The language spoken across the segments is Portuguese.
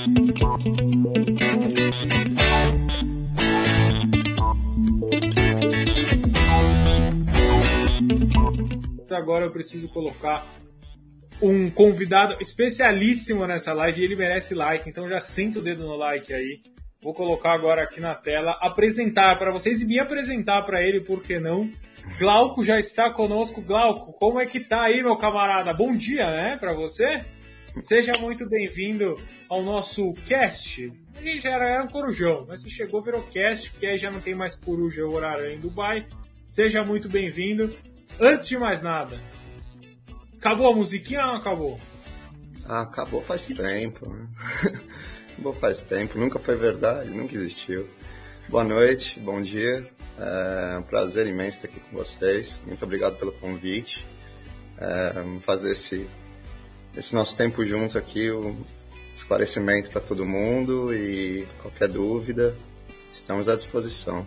Agora eu preciso colocar um convidado especialíssimo nessa live e ele merece like, então já senta o dedo no like aí. Vou colocar agora aqui na tela, apresentar para vocês e me apresentar para ele, por que não? Glauco já está conosco. Glauco, como é que tá aí, meu camarada? Bom dia, né, para você? Seja muito bem-vindo ao nosso cast. Ele já era um corujão, mas se chegou, virou cast, porque aí já não tem mais coruja horário em Dubai. Seja muito bem-vindo. Antes de mais nada, acabou a musiquinha ou não acabou? Acabou faz tempo. Acabou faz tempo, nunca foi verdade, nunca existiu. Boa noite, bom dia. É um prazer imenso estar aqui com vocês. Muito obrigado pelo convite. Fazer esse nosso tempo junto aqui, o esclarecimento para todo mundo e qualquer dúvida, estamos à disposição.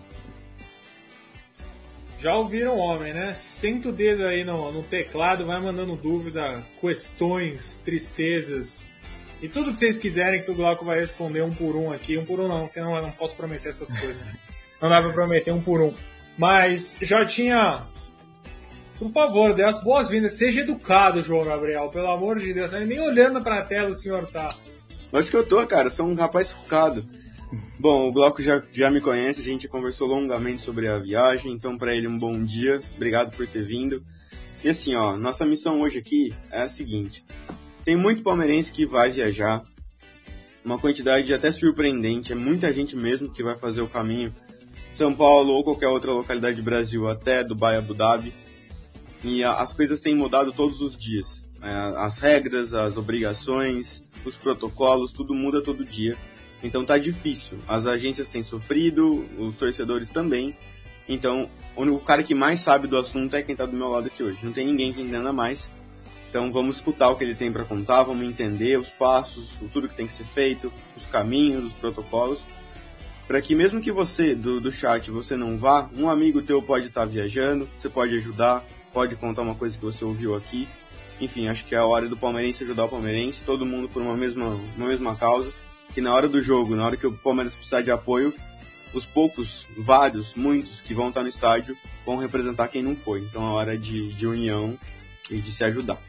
Já ouviram o homem, né? Senta o dedo aí no teclado, vai mandando dúvida, questões, tristezas e tudo que vocês quiserem que o Glauco vai responder um por um aqui. Um por um não, porque não posso prometer essas coisas. Né? Não dá pra prometer um por um. Mas já tinha... Por favor, dê as boas-vindas. Seja educado, João Gabriel. Pelo amor de Deus. Nem olhando pra tela o senhor tá. Acho que eu tô, cara. Sou um rapaz focado. Bom, o Glauco já me conhece, a gente conversou longamente sobre a viagem, então para ele um bom dia, obrigado por ter vindo. E assim, ó, nossa missão hoje aqui é a seguinte: tem muito palmeirense que vai viajar, uma quantidade até surpreendente, é muita gente mesmo que vai fazer o caminho São Paulo ou qualquer outra localidade do Brasil até Dubai, Abu Dhabi, e as coisas têm mudado todos os dias, as regras, as obrigações, os protocolos, tudo muda todo dia. Então tá difícil, as agências têm sofrido, os torcedores também, então o cara que mais sabe do assunto é quem tá do meu lado aqui hoje, não tem ninguém que entenda mais, então vamos escutar o que ele tem para contar, vamos entender os passos, tudo que tem que ser feito, os caminhos, os protocolos, para que mesmo que você do chat você não vá, um amigo teu pode estar viajando, você pode ajudar, pode contar uma coisa que você ouviu aqui, enfim, acho que é a hora do palmeirense ajudar o palmeirense, todo mundo por uma mesma causa, que na hora do jogo, na hora que o Palmeiras precisar de apoio, os poucos, vários, muitos que vão estar no estádio vão representar quem não foi. Então é hora de união e de se ajudar.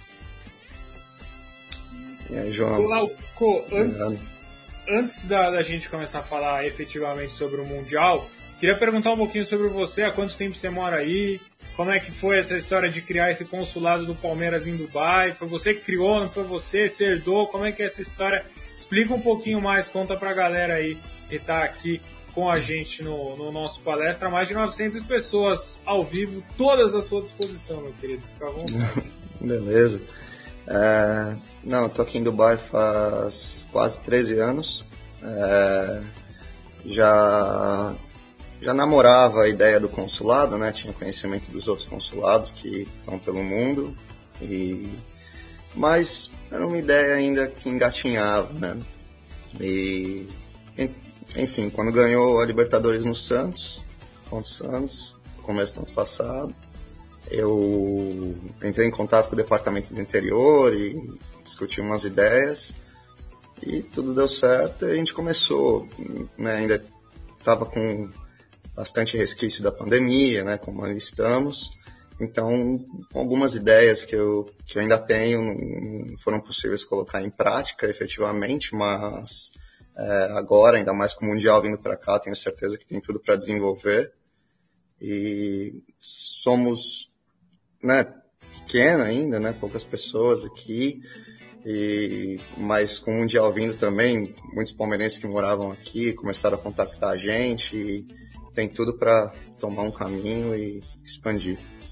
E aí, João? Glauco, antes da gente começar a falar efetivamente sobre o Mundial, queria perguntar um pouquinho sobre você, há quanto tempo você mora aí, como é que foi essa história de criar esse consulado do Palmeiras em Dubai, foi você que criou, não foi você, você herdou, como é que é essa história? Explica um pouquinho mais, conta pra galera aí que tá aqui com a gente no nosso palestra, mais de 900 pessoas ao vivo, todas à sua disposição, meu querido, fica à vontade. Beleza. Não, eu tô aqui em Dubai faz quase 13 anos, já namorava a ideia do consulado, né? Tinha conhecimento dos outros consulados que estão pelo mundo, mas era uma ideia ainda que engatinhava, né? E, enfim, quando ganhou a Libertadores no Santos, contra o Santos, no começo do ano passado, eu entrei em contato com o departamento do interior e discuti umas ideias e tudo deu certo e a gente começou, né? Ainda estava com bastante resquício da pandemia, né? Como ainda estamos. Então, algumas ideias que eu ainda tenho não foram possíveis colocar em prática, efetivamente, mas agora, ainda mais com o Mundial vindo para cá, tenho certeza que tem tudo para desenvolver. E somos, né, pequeno ainda, né, poucas pessoas aqui, mas com o Mundial vindo também, muitos palmeirenses que moravam aqui começaram a contactar a gente e tem tudo para tomar um caminho e expandir.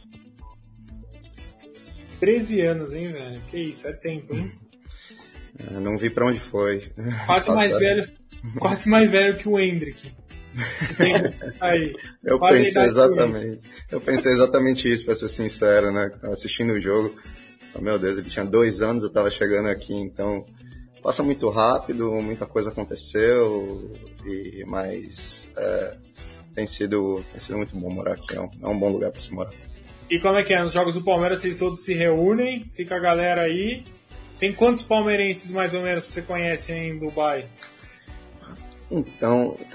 13 anos, hein, velho? Que isso, é tempo, hein? Não vi pra onde foi. Quase mais velho que o Hendrick. Aí, Eu pensei exatamente isso, pra ser sincero, né? Tava assistindo o jogo, meu Deus, ele tinha 2 anos, eu tava chegando aqui, então passa muito rápido, muita coisa aconteceu, mas tem sido muito bom morar aqui, é um bom lugar pra se morar. E como é que é? Nos jogos do Palmeiras vocês todos se reúnem, fica a galera aí Tem quantos palmeirenses, mais ou menos, você conhece em Dubai? Então,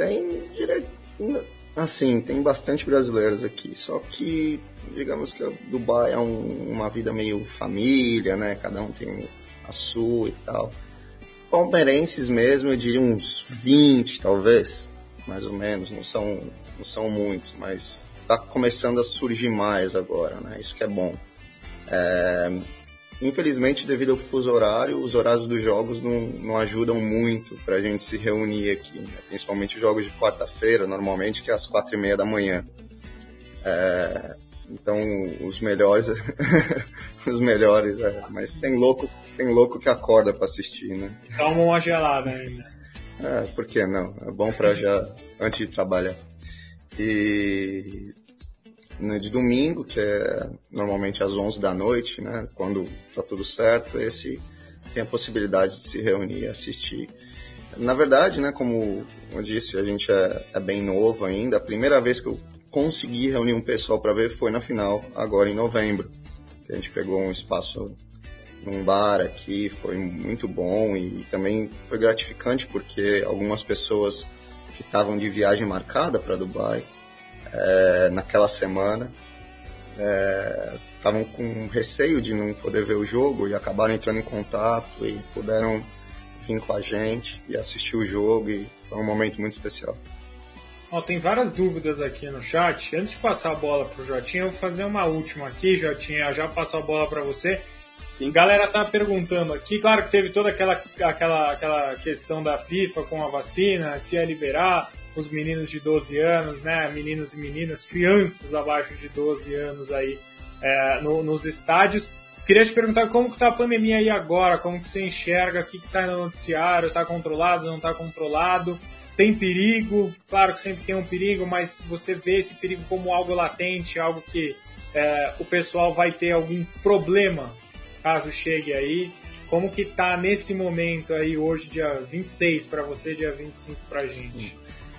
tem bastante brasileiros aqui, só que, digamos que Dubai é uma vida meio família, né? Cada um tem a sua e tal. Palmeirenses mesmo, eu diria uns 20, talvez, mais ou menos, não são muitos, mas tá começando a surgir mais agora, né? Isso que é bom. Infelizmente, devido ao fuso horário, os horários dos jogos não ajudam muito pra gente se reunir aqui, né? Principalmente os jogos de quarta-feira, normalmente, que é às 4:30 da manhã. Então, os melhores, mas tem louco que acorda pra assistir, né? Toma uma gelada ainda. Por que não? É bom pra já, antes de trabalhar. E de domingo, que é normalmente às 11 da noite, né, quando tá tudo certo, esse tem a possibilidade de se reunir e assistir. Na verdade, né, como eu disse, a gente é bem novo ainda. A primeira vez que eu consegui reunir um pessoal para ver foi na final, agora em novembro. Que a gente pegou um espaço num bar aqui, foi muito bom e também foi gratificante porque algumas pessoas que estavam de viagem marcada para Dubai naquela semana estavam com receio de não poder ver o jogo e acabaram entrando em contato e puderam vir com a gente e assistir o jogo, e foi um momento muito especial. Tem várias dúvidas aqui no chat. Antes de passar a bola pro Jotinha, eu vou fazer uma última aqui, Jotinha, já passou a bola para você. A galera tá perguntando aqui, claro que teve toda aquela questão da FIFA com a vacina, se ia liberar os meninos de 12 anos, né, meninos e meninas, crianças abaixo de 12 anos aí nos estádios. Queria te perguntar como que tá a pandemia aí agora, como que você enxerga, o que sai no noticiário, tá controlado, não tá controlado, tem perigo? Claro que sempre tem um perigo, mas você vê esse perigo como algo latente, algo que o pessoal vai ter algum problema caso chegue aí? Como que tá nesse momento aí hoje, dia 26 para você, dia 25 pra gente?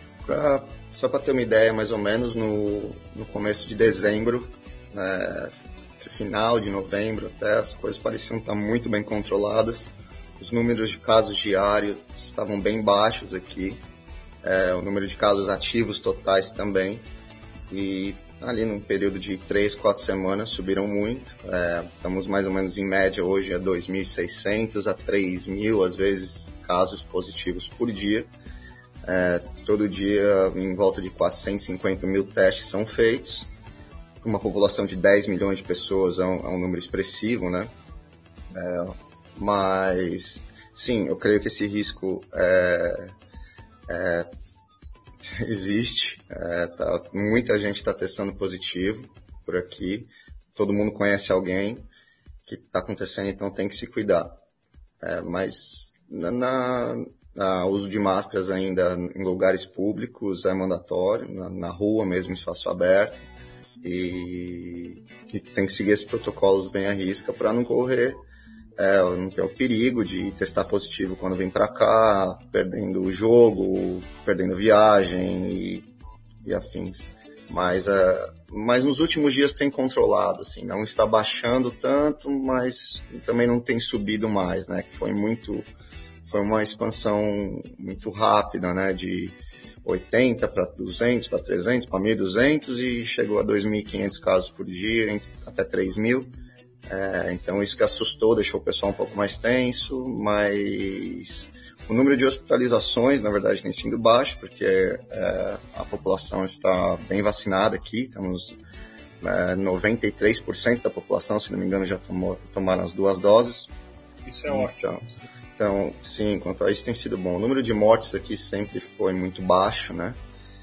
Só para ter uma ideia, mais ou menos no começo de dezembro, entre final de novembro até, as coisas pareciam estar muito bem controladas. Os números de casos diários estavam bem baixos aqui, o número de casos ativos totais também, e ali num período de 3, 4 semanas subiram muito. Estamos mais ou menos em média hoje a 2.600 a 3.000, às vezes, casos positivos por dia. Todo dia em volta de 450 mil testes são feitos. Uma população de 10 milhões de pessoas é um número expressivo, né? Mas, sim, eu creio que esse risco existe. Muita gente está testando positivo por aqui. Todo mundo conhece alguém que está acontecendo, então tem que se cuidar. Mas o uso de máscaras ainda em lugares públicos é mandatório, na rua mesmo, em espaço aberto, e tem que seguir esses protocolos bem à risca para não correr, não ter o perigo de testar positivo quando vem para cá, perdendo o jogo, perdendo viagem e afins. Mas nos últimos dias tem controlado, assim, não está baixando tanto, mas também não tem subido mais, né? Que foi uma expansão muito rápida, né, de 80 para 200, para 300, para 1.200 e chegou a 2.500 casos por dia, até 3.000. Então isso que assustou, deixou o pessoal um pouco mais tenso, mas o número de hospitalizações, na verdade, tem sido baixo, porque a população está bem vacinada aqui, estamos 93% da população, se não me engano, já tomaram as 2 doses. Isso é ótimo. Então, sim, quanto a isso tem sido bom. O número de mortes aqui sempre foi muito baixo, né?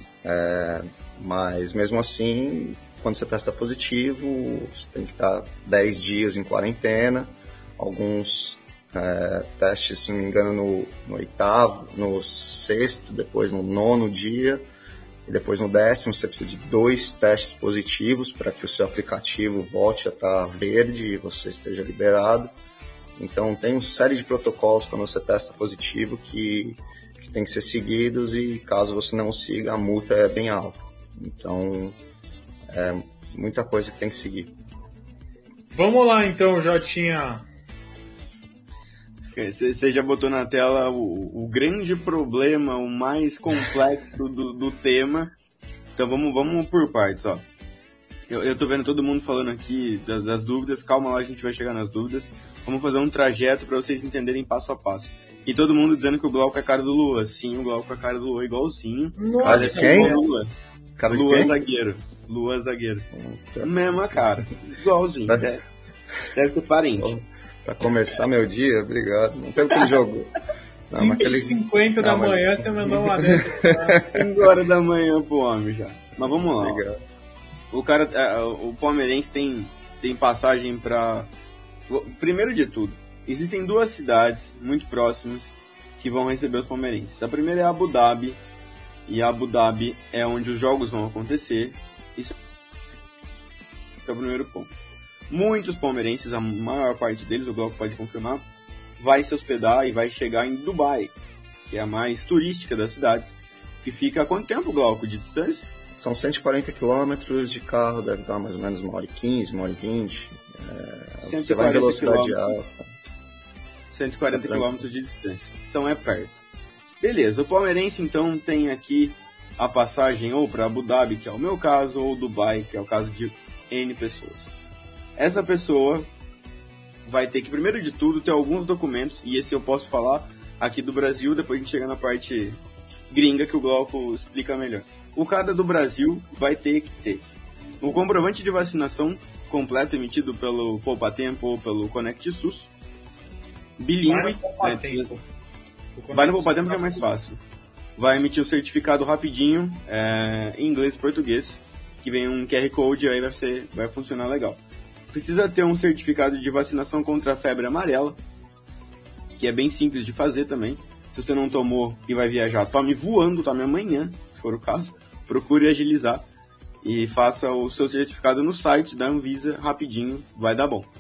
Mas mesmo assim, quando você testa positivo, você tem que estar 10 dias em quarentena. Alguns testes, se não me engano, no 8º, no 6º, depois no 9º dia. E depois no 10º você precisa de 2 testes positivos para que o seu aplicativo volte a estar verde e você esteja liberado. Então, tem uma série de protocolos quando você testa positivo que tem que ser seguidos, e caso você não siga, a multa é bem alta. Então, muita coisa que tem que seguir. Vamos lá, então, Jotinha. Você já botou na tela o grande problema, o mais complexo do tema. Então vamos por partes, ó. Eu tô vendo todo mundo falando aqui das dúvidas. Calma lá, a gente vai chegar nas dúvidas. Vamos fazer um trajeto para vocês entenderem passo a passo. E todo mundo dizendo que o Glauco é a cara do Lua. Sim, o Glauco é a cara do Lua igualzinho. Nossa, quem? Lua. Cara de Lua quem? zagueiro. Lua zagueiro. Mesma cara. Igualzinho. Deve ser parente. Pra começar meu dia, obrigado. Não pelo que ele jogou. 5h50 da manhã você mandou uma dessa. 5 horas da manhã pro homem já. Mas vamos lá. Obrigado. O palmeirense tem passagem pra... Primeiro de tudo, existem 2 cidades muito próximas que vão receber os palmeirenses. A primeira é Abu Dhabi, e Abu Dhabi é onde os jogos vão acontecer. Isso é o primeiro ponto. Muitos palmeirenses, a maior parte deles, o Glauco pode confirmar, vai se hospedar e vai chegar em Dubai, que é a mais turística das cidades, que fica há quanto tempo, Glauco, de distância? São 140 quilômetros de carro, deve dar mais ou menos 1h15, 1h20. Você vai em velocidade alta. 140 quilômetros de distância. Então é perto. Beleza, o palmeirense então tem aqui a passagem ou para Abu Dhabi, que é o meu caso, ou Dubai, que é o caso de N pessoas. Essa pessoa vai ter que, primeiro de tudo, ter alguns documentos, e esse eu posso falar aqui do Brasil, depois a gente chega na parte gringa que o Glauco explica melhor. O cara do Brasil vai ter que ter o comprovante de vacinação completo emitido pelo Poupa Tempo ou pelo Conect SUS, bilíngue, vai no Poupa Tempo que é mais fácil. Vai emitir o certificado rapidinho, em inglês e português, que vem um QR Code e aí vai funcionar legal. Precisa ter um certificado de vacinação contra a febre amarela, que é bem simples de fazer também. Se você não tomou e vai viajar, tome voando, tome amanhã, se for o caso. Procure agilizar e faça o seu certificado no site da Anvisa rapidinho, vai dar bom.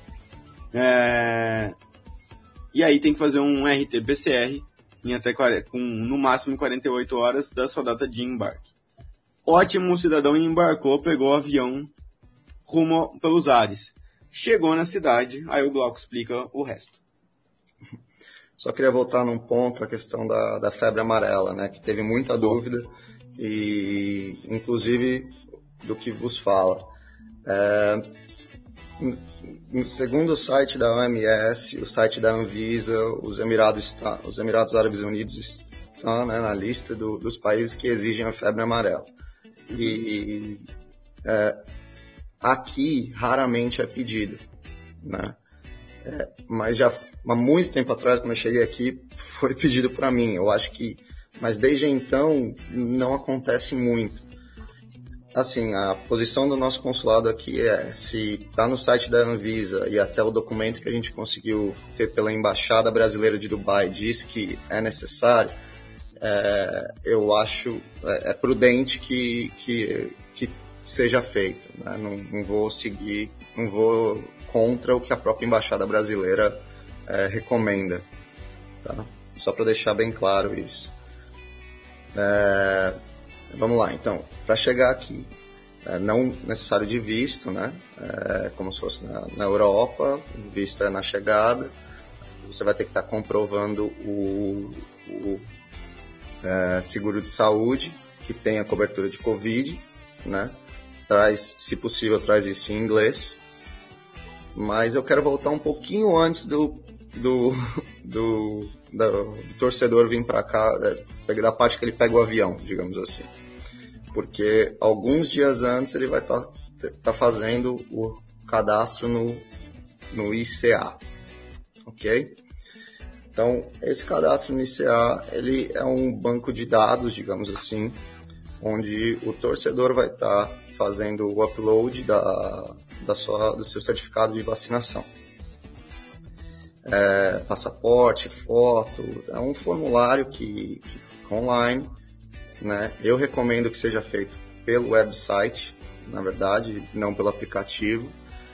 E aí tem que fazer um RT-PCR com no máximo 48 horas da sua data de embarque. Ótimo, o cidadão embarcou, pegou o avião rumo pelos ares. Chegou na cidade, aí o Glauco explica o resto. Só queria voltar num ponto, a questão da febre amarela, né? Que teve muita dúvida, e inclusive do que vos fala. Segundo o site da OMS, o site da Anvisa, os Emirados Árabes Unidos estão, né, na lista dos países que exigem a febre amarela. E aqui raramente é pedido, né? Mas já há muito tempo atrás, quando eu cheguei aqui, foi pedido para mim. Eu acho que, mas desde então não acontece muito. Assim, a posição do nosso consulado aqui se está no site da Anvisa e até o documento que a gente conseguiu ter pela Embaixada Brasileira de Dubai diz que é necessário, eu acho prudente que seja feito, né? Não vou contra o que a própria Embaixada Brasileira recomenda, tá? Só para deixar bem claro isso. Vamos lá, então, para chegar aqui, não necessário de visto, né? Como se fosse na Europa, o visto é na chegada, você vai ter que estar comprovando o seguro de saúde, que tem a cobertura de Covid, né? Se possível, traz isso em inglês. Mas eu quero voltar um pouquinho antes do torcedor vir para cá, da parte que ele pega o avião, digamos assim. Porque alguns dias antes ele vai estar fazendo o cadastro no ICA, ok? Então, esse cadastro no ICA, ele é um banco de dados, digamos assim, onde o torcedor vai estar fazendo o upload do seu certificado de vacinação. Passaporte, foto, é um formulário que online, né? Eu recomendo que seja feito pelo website, na verdade, não pelo aplicativo,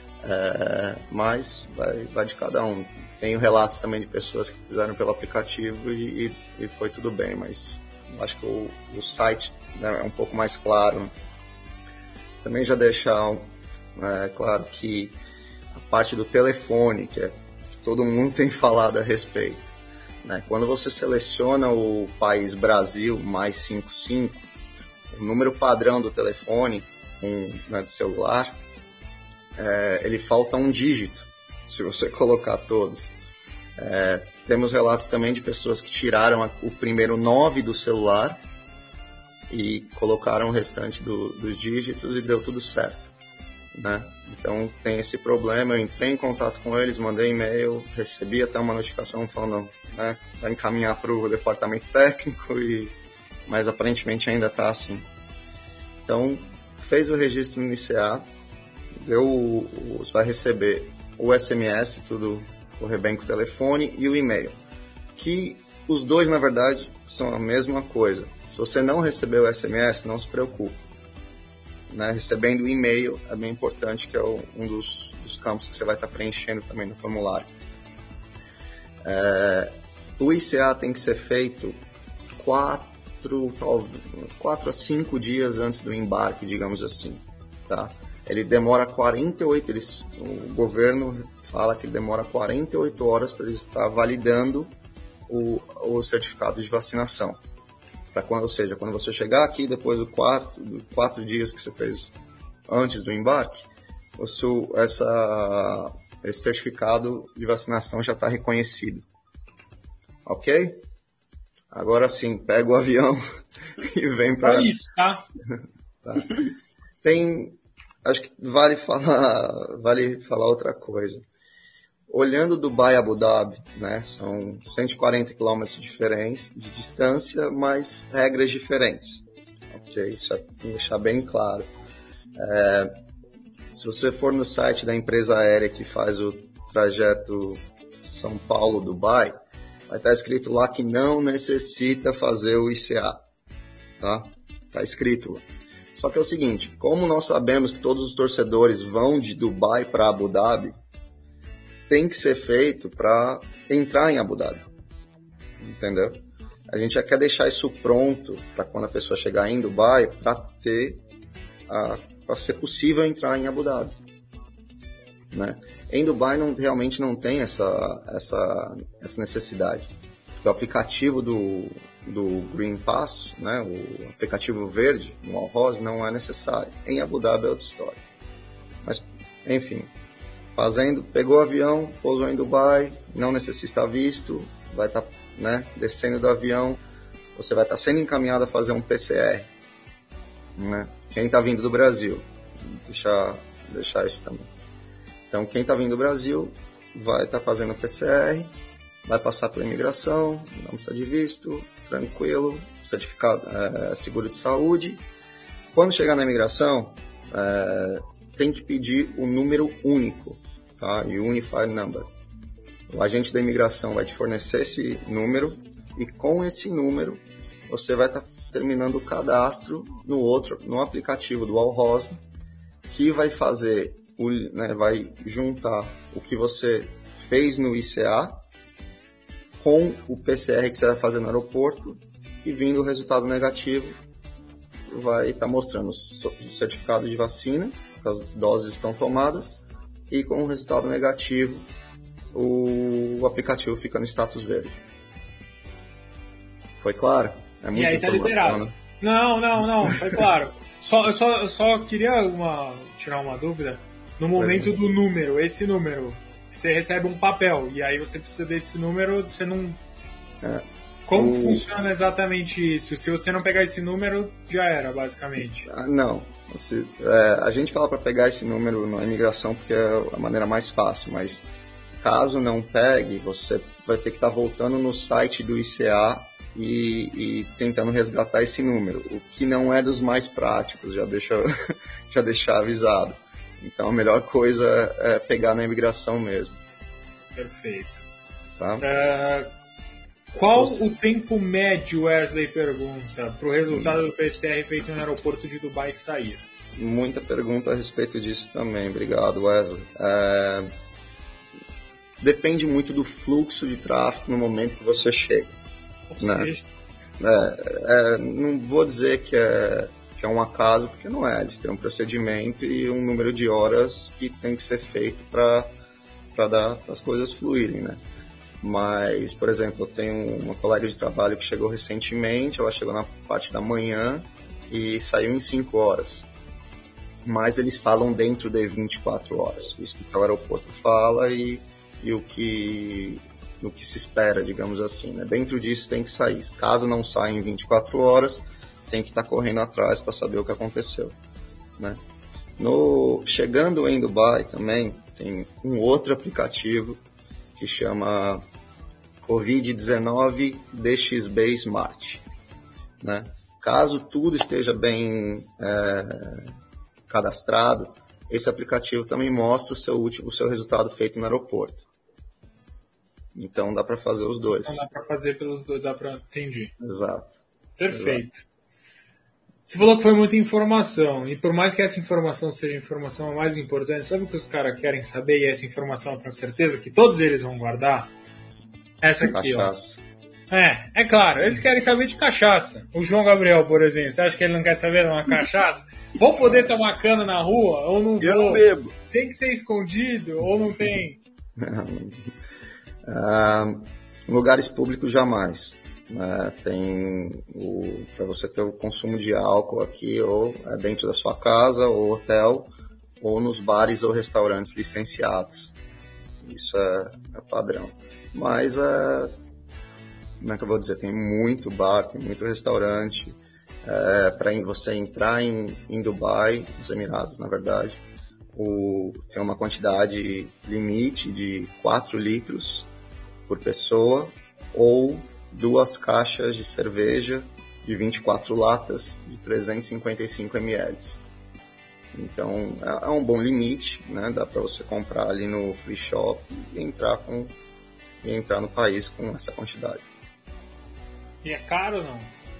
mas vai de cada um. Tenho relatos também de pessoas que fizeram pelo aplicativo e foi tudo bem, mas acho que o site, né, é um pouco mais claro. Também já deixar claro que a parte do telefone, que todo mundo tem falado a respeito, né? Quando você seleciona o país Brasil mais 55, o número padrão do telefone, né, do celular, ele falta um dígito, se você colocar todos. Temos relatos também de pessoas que tiraram o primeiro 9 do celular e colocaram o restante dos dígitos e deu tudo certo, né? Então tem esse problema. Eu entrei em contato com eles, mandei e-mail, recebi até uma notificação falando, né, vai encaminhar para o departamento técnico, mas aparentemente ainda está assim. Então fez o registro no ICA, você vai receber o SMS, tudo correr bem com o telefone, e o e-mail, que os dois na verdade são a mesma coisa. Se você não recebeu o SMS, não se preocupe, né? Recebendo o e-mail é bem importante, que é um dos campos que você vai estar preenchendo também no formulário. O ICA tem que ser feito 4 a 5 dias antes do embarque, digamos assim, tá? Ele demora 48, o governo fala que ele demora 48 horas para ele estar validando o certificado de vacinação. Ou seja, quando você chegar aqui, depois dos 4 dias que você fez antes do embarque, esse certificado de vacinação já está reconhecido. Ok? Agora sim, pega o avião e vem para... É isso, tá? Tá. Acho que vale falar outra coisa. Olhando Dubai e Abu Dhabi, né, são 140 quilômetros de distância, mas regras diferentes. Ok? Isso é para deixar bem claro. Se você for no site da empresa aérea que faz o trajeto São Paulo-Dubai, vai estar escrito lá que não necessita fazer o ICA. Tá? Tá escrito lá. Só que é o seguinte, como nós sabemos que todos os torcedores vão de Dubai para Abu Dhabi, tem que ser feito para entrar em Abu Dhabi, entendeu? A gente já quer deixar isso pronto para quando a pessoa chegar em Dubai, para ser possível entrar em Abu Dhabi, né? Em Dubai realmente não tem essa necessidade, porque o aplicativo do Green Pass, né, o aplicativo verde, no Al Ross, não é necessário. Em Abu Dhabi é outra história. Mas, enfim... pegou o avião, pousou em Dubai, não necessita visto, vai estar, né, descendo do avião, você vai estar sendo encaminhado a fazer um PCR, né? Quem está vindo do Brasil, deixar isso também. Então, quem está vindo do Brasil vai estar fazendo o PCR, vai passar pela imigração, não precisa de visto, tranquilo, certificado, seguro de saúde. Quando chegar na imigração, tem que pedir o número único, tá? E Unified Number. O agente da imigração vai te fornecer esse número e com esse número você vai estar terminando o cadastro no aplicativo do Al Ross, que vai fazer, vai juntar o que você fez no ICA com o PCR que você vai fazer no aeroporto, e vindo o resultado negativo, vai estar mostrando o certificado de vacina, as doses estão tomadas, e com o resultado negativo o aplicativo fica no status verde. Foi claro? É muita informação, né? Não, foi claro. Eu só queria tirar uma dúvida. No momento do número, esse número, você recebe um papel, e aí você precisa desse número, você não... Como funciona exatamente isso? Se você não pegar esse número, já era, basicamente. Não. A gente fala para pegar esse número na imigração porque é a maneira mais fácil, mas caso não pegue, você vai ter que estar voltando no site do ICA e tentando resgatar esse número, o que não é dos mais práticos, já deixar avisado. Então a melhor coisa é pegar na imigração mesmo. Perfeito. Tá? Qual o tempo médio, Wesley pergunta, para o resultado do PCR feito no aeroporto de Dubai sair? Muita pergunta a respeito disso também. Obrigado, Wesley. Depende muito do fluxo de tráfego no momento que você chega. Ou seja... não vou dizer que é um acaso, porque não é. Eles têm um procedimento e um número de horas que tem que ser feito para dar as coisas fluírem, né? Mas, por exemplo, eu tenho uma colega de trabalho que chegou recentemente, ela chegou na parte da manhã e saiu em 5 horas. Mas eles falam dentro de 24 horas. Isso que o aeroporto fala e o que se espera, digamos assim, né? Dentro disso tem que sair. Caso não saia em 24 horas, tem que estar correndo atrás para saber o que aconteceu, né? Chegando em Dubai também, tem um outro aplicativo que chama Covid-19 DXB Smart, né? Caso tudo esteja bem cadastrado, esse aplicativo também mostra o seu resultado feito no aeroporto. Então dá para fazer os dois. Então dá para fazer pelos dois, entendi. Exato. Perfeito. Exato. Você falou que foi muita informação, e por mais que essa informação seja a informação mais importante, sabe o que os caras querem saber, e essa informação eu tenho certeza que todos eles vão guardar? Essa aqui, Cachaça. ó. É claro, eles querem saber de cachaça. O João Gabriel, por exemplo, você acha que ele não quer saber de uma cachaça? Vou poder tomar cana na rua ou não vou? Eu não bebo. Tem que ser escondido ou não tem? Lugares públicos jamais. Tem para você ter o consumo de álcool aqui ou dentro da sua casa ou hotel ou nos bares ou restaurantes licenciados. Isso é padrão. Mas como é que eu vou dizer? Tem muito bar, tem muito restaurante. Para você entrar em Dubai, nos Emirados, na verdade, tem uma quantidade limite de 4 litros por pessoa ou 2 caixas de cerveja de 24 latas de 355 ml. Então, é um bom limite, né? Dá para você comprar ali no free shop e entrar no país com essa quantidade. E é caro ou não?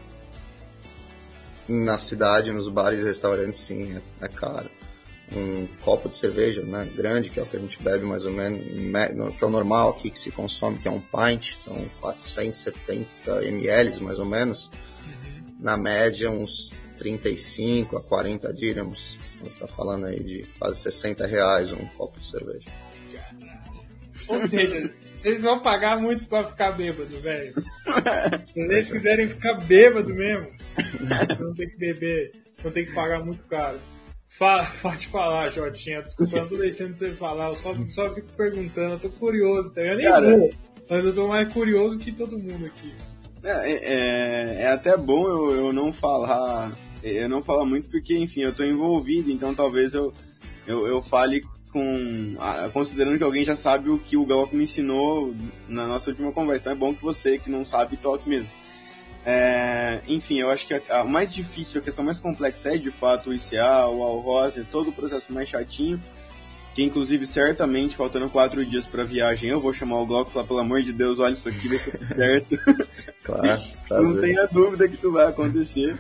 Na cidade, nos bares e restaurantes, sim, é caro. Um copo de cerveja, né, grande, que é o que a gente bebe mais ou menos, que é o normal aqui que se consome, que é um pint, são 470 ml mais ou menos. Na média, uns 35 a 40 dirhams. Você está falando aí de quase R$60 um copo de cerveja. Ou seja, vocês vão pagar muito pra ficar bêbado, velho. Se eles quiserem ficar bêbado mesmo, não tem que beber, não tem que pagar muito caro. Pode falar, Jotinha. Desculpa, eu não tô deixando você falar. Eu só fico perguntando. Eu tô curioso. Tá? Eu nem vou, mas eu tô mais curioso que todo mundo aqui. É até bom eu não falar. Eu não falar muito porque, enfim, eu tô envolvido. Então talvez eu fale considerando que alguém já sabe o que o Glauco me ensinou na nossa última conversa. Então é bom que você que não sabe toque mesmo. Enfim, eu acho que a mais difícil, a questão mais complexa é de fato o ICA, o Al-Rosa, todo o processo mais chatinho, que inclusive certamente, faltando 4 dias para a viagem, eu vou chamar o Glauco e falar, pelo amor de Deus, olha isso aqui, vai ser certo. Claro, não tenha dúvida que isso vai acontecer.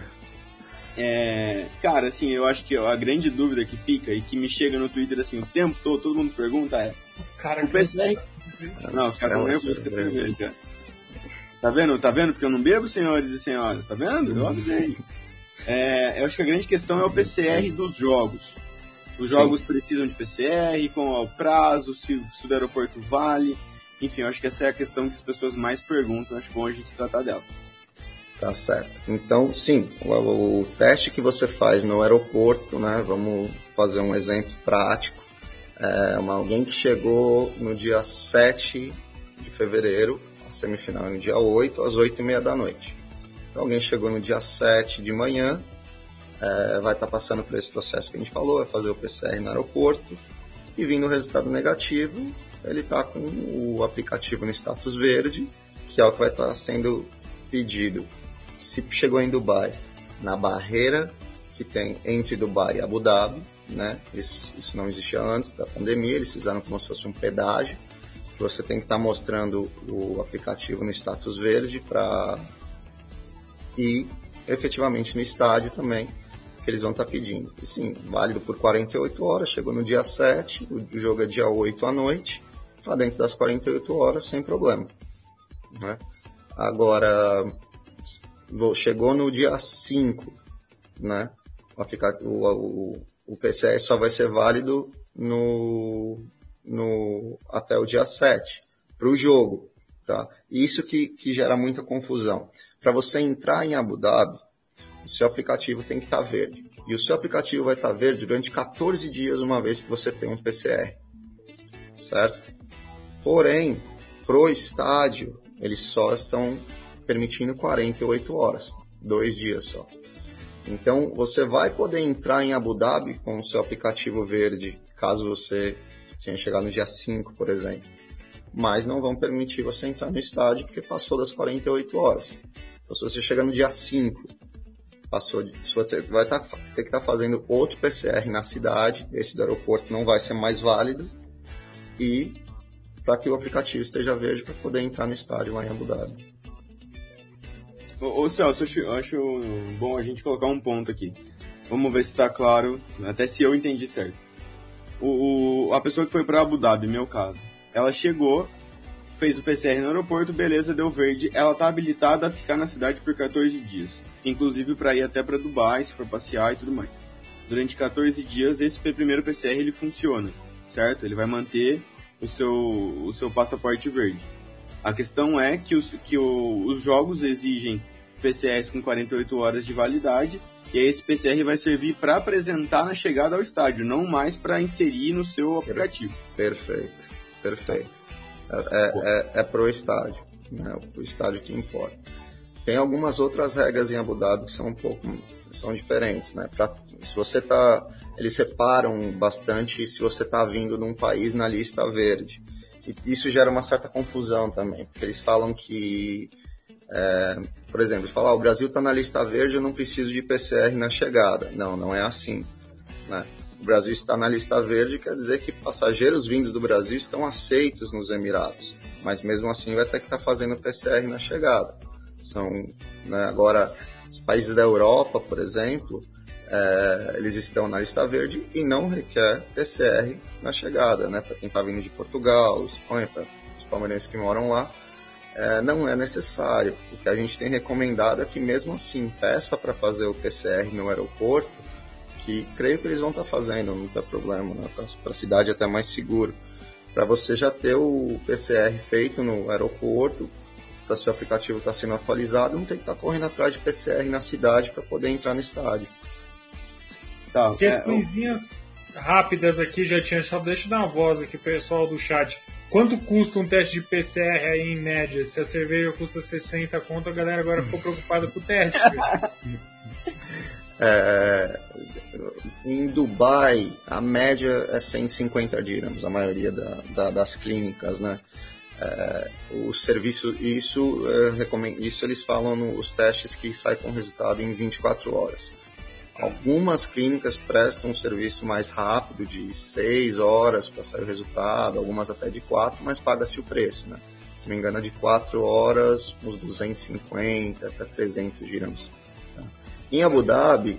Cara, assim, eu acho que a grande dúvida que fica e que me chega no Twitter assim o tempo todo mundo pergunta os caras o PCR... Não, os caras não nervosos que eu vejo, cara. Tá vendo? Porque eu não bebo, senhores e senhoras. Tá vendo? Eu avisei. Eu acho que a grande questão é o PCR dos jogos. Os jogos precisam de PCR, qual é o prazo, se o do aeroporto vale. Enfim, eu acho que essa é a questão que as pessoas mais perguntam. Acho bom a gente tratar dela. Tá certo. Então, sim, o teste que você faz no aeroporto, né? Vamos fazer um exemplo prático. Alguém que chegou no dia 7 de fevereiro, a semifinal no dia 8, às 8h30 da noite. Então, alguém chegou no dia 7 de manhã, vai estar passando por esse processo que a gente falou, vai fazer o PCR no aeroporto, e vindo o resultado negativo, ele está com o aplicativo no status verde, que é o que vai estar sendo pedido. Se chegou em Dubai, na barreira que tem entre Dubai e Abu Dhabi, né? Isso não existia antes da pandemia, eles fizeram como se fosse um pedágio, que você tem que estar mostrando o aplicativo no status verde para ir efetivamente no estádio também, que eles vão estar pedindo. E sim, válido por 48 horas, chegou no dia 7, o jogo é dia 8 à noite, está dentro das 48 horas sem problema, né? Agora, chegou no dia 5, né? O PCR só vai ser válido até o dia 7 para o jogo. Tá? E isso que gera muita confusão. Para você entrar em Abu Dhabi, o seu aplicativo tem que estar verde. E o seu aplicativo vai estar verde durante 14 dias, uma vez que você tem um PCR. Certo? Porém, pro estádio, eles só estão permitindo 48 horas. 2 dias só. Então, você vai poder entrar em Abu Dhabi com o seu aplicativo verde, caso você tenha chegado no dia 5, por exemplo. Mas não vão permitir você entrar no estádio porque passou das 48 horas. Então, se você chegar no dia 5, você vai ter que estar fazendo outro PCR na cidade, esse do aeroporto não vai ser mais válido, e para que o aplicativo esteja verde para poder entrar no estádio lá em Abu Dhabi. Ô Celso, eu acho bom a gente colocar um ponto aqui. Vamos ver se está claro, até se eu entendi certo. A pessoa que foi para Abu Dhabi, meu caso, ela chegou, fez o PCR no aeroporto, beleza, deu verde, ela está habilitada a ficar na cidade por 14 dias. Inclusive para ir até para Dubai, se for passear e tudo mais. Durante 14 dias, esse primeiro PCR ele funciona, certo? Ele vai manter o seu passaporte verde. A questão é que os jogos exigem PCRs com 48 horas de validade, e aí esse PCR vai servir para apresentar na chegada ao estádio, não mais para inserir no seu aplicativo. Perfeito. É pro estádio, né? O estádio que importa. Tem algumas outras regras em Abu Dhabi que são diferentes, né? Eles separam bastante se você está vindo de um país na lista verde. E isso gera uma certa confusão também, porque eles falam que, por exemplo, o Brasil está na lista verde, eu não preciso de PCR na chegada. Não é assim, né? O Brasil está na lista verde, quer dizer que passageiros vindos do Brasil estão aceitos nos Emirados, mas mesmo assim vai ter que estar fazendo PCR na chegada. Né, agora, os países da Europa, por exemplo, eles estão na lista verde e não requer PCR na chegada, né? Para quem está vindo de Portugal, Espanha, para os palmeirenses que moram lá, não é necessário. O que a gente tem recomendado é que mesmo assim peça para fazer o PCR no aeroporto, que creio que eles vão estar fazendo, não tem problema, né? Para a cidade até mais seguro. Para você já ter o PCR feito no aeroporto, para seu aplicativo estar sendo atualizado, não tem que estar correndo atrás de PCR na cidade para poder entrar no estádio. Tá, questõezinhas rápidas aqui, já tinha achado. Deixa eu dar uma voz aqui pro pessoal do chat. Quanto custa um teste de PCR aí em média? Se a cerveja custa 60 conto, a galera agora ficou preocupada com o teste. Em Dubai, a média é 150 dirhams, a maioria das clínicas, né? O serviço, isso eles falam os testes que saem com resultado em 24 horas. Algumas clínicas prestam um serviço mais rápido, de 6 horas para sair o resultado, algumas até de 4, mas paga-se o preço, né? Se não me engano, é de 4 horas, uns 250 até 300 dirhams. Tá? Em Abu Dhabi,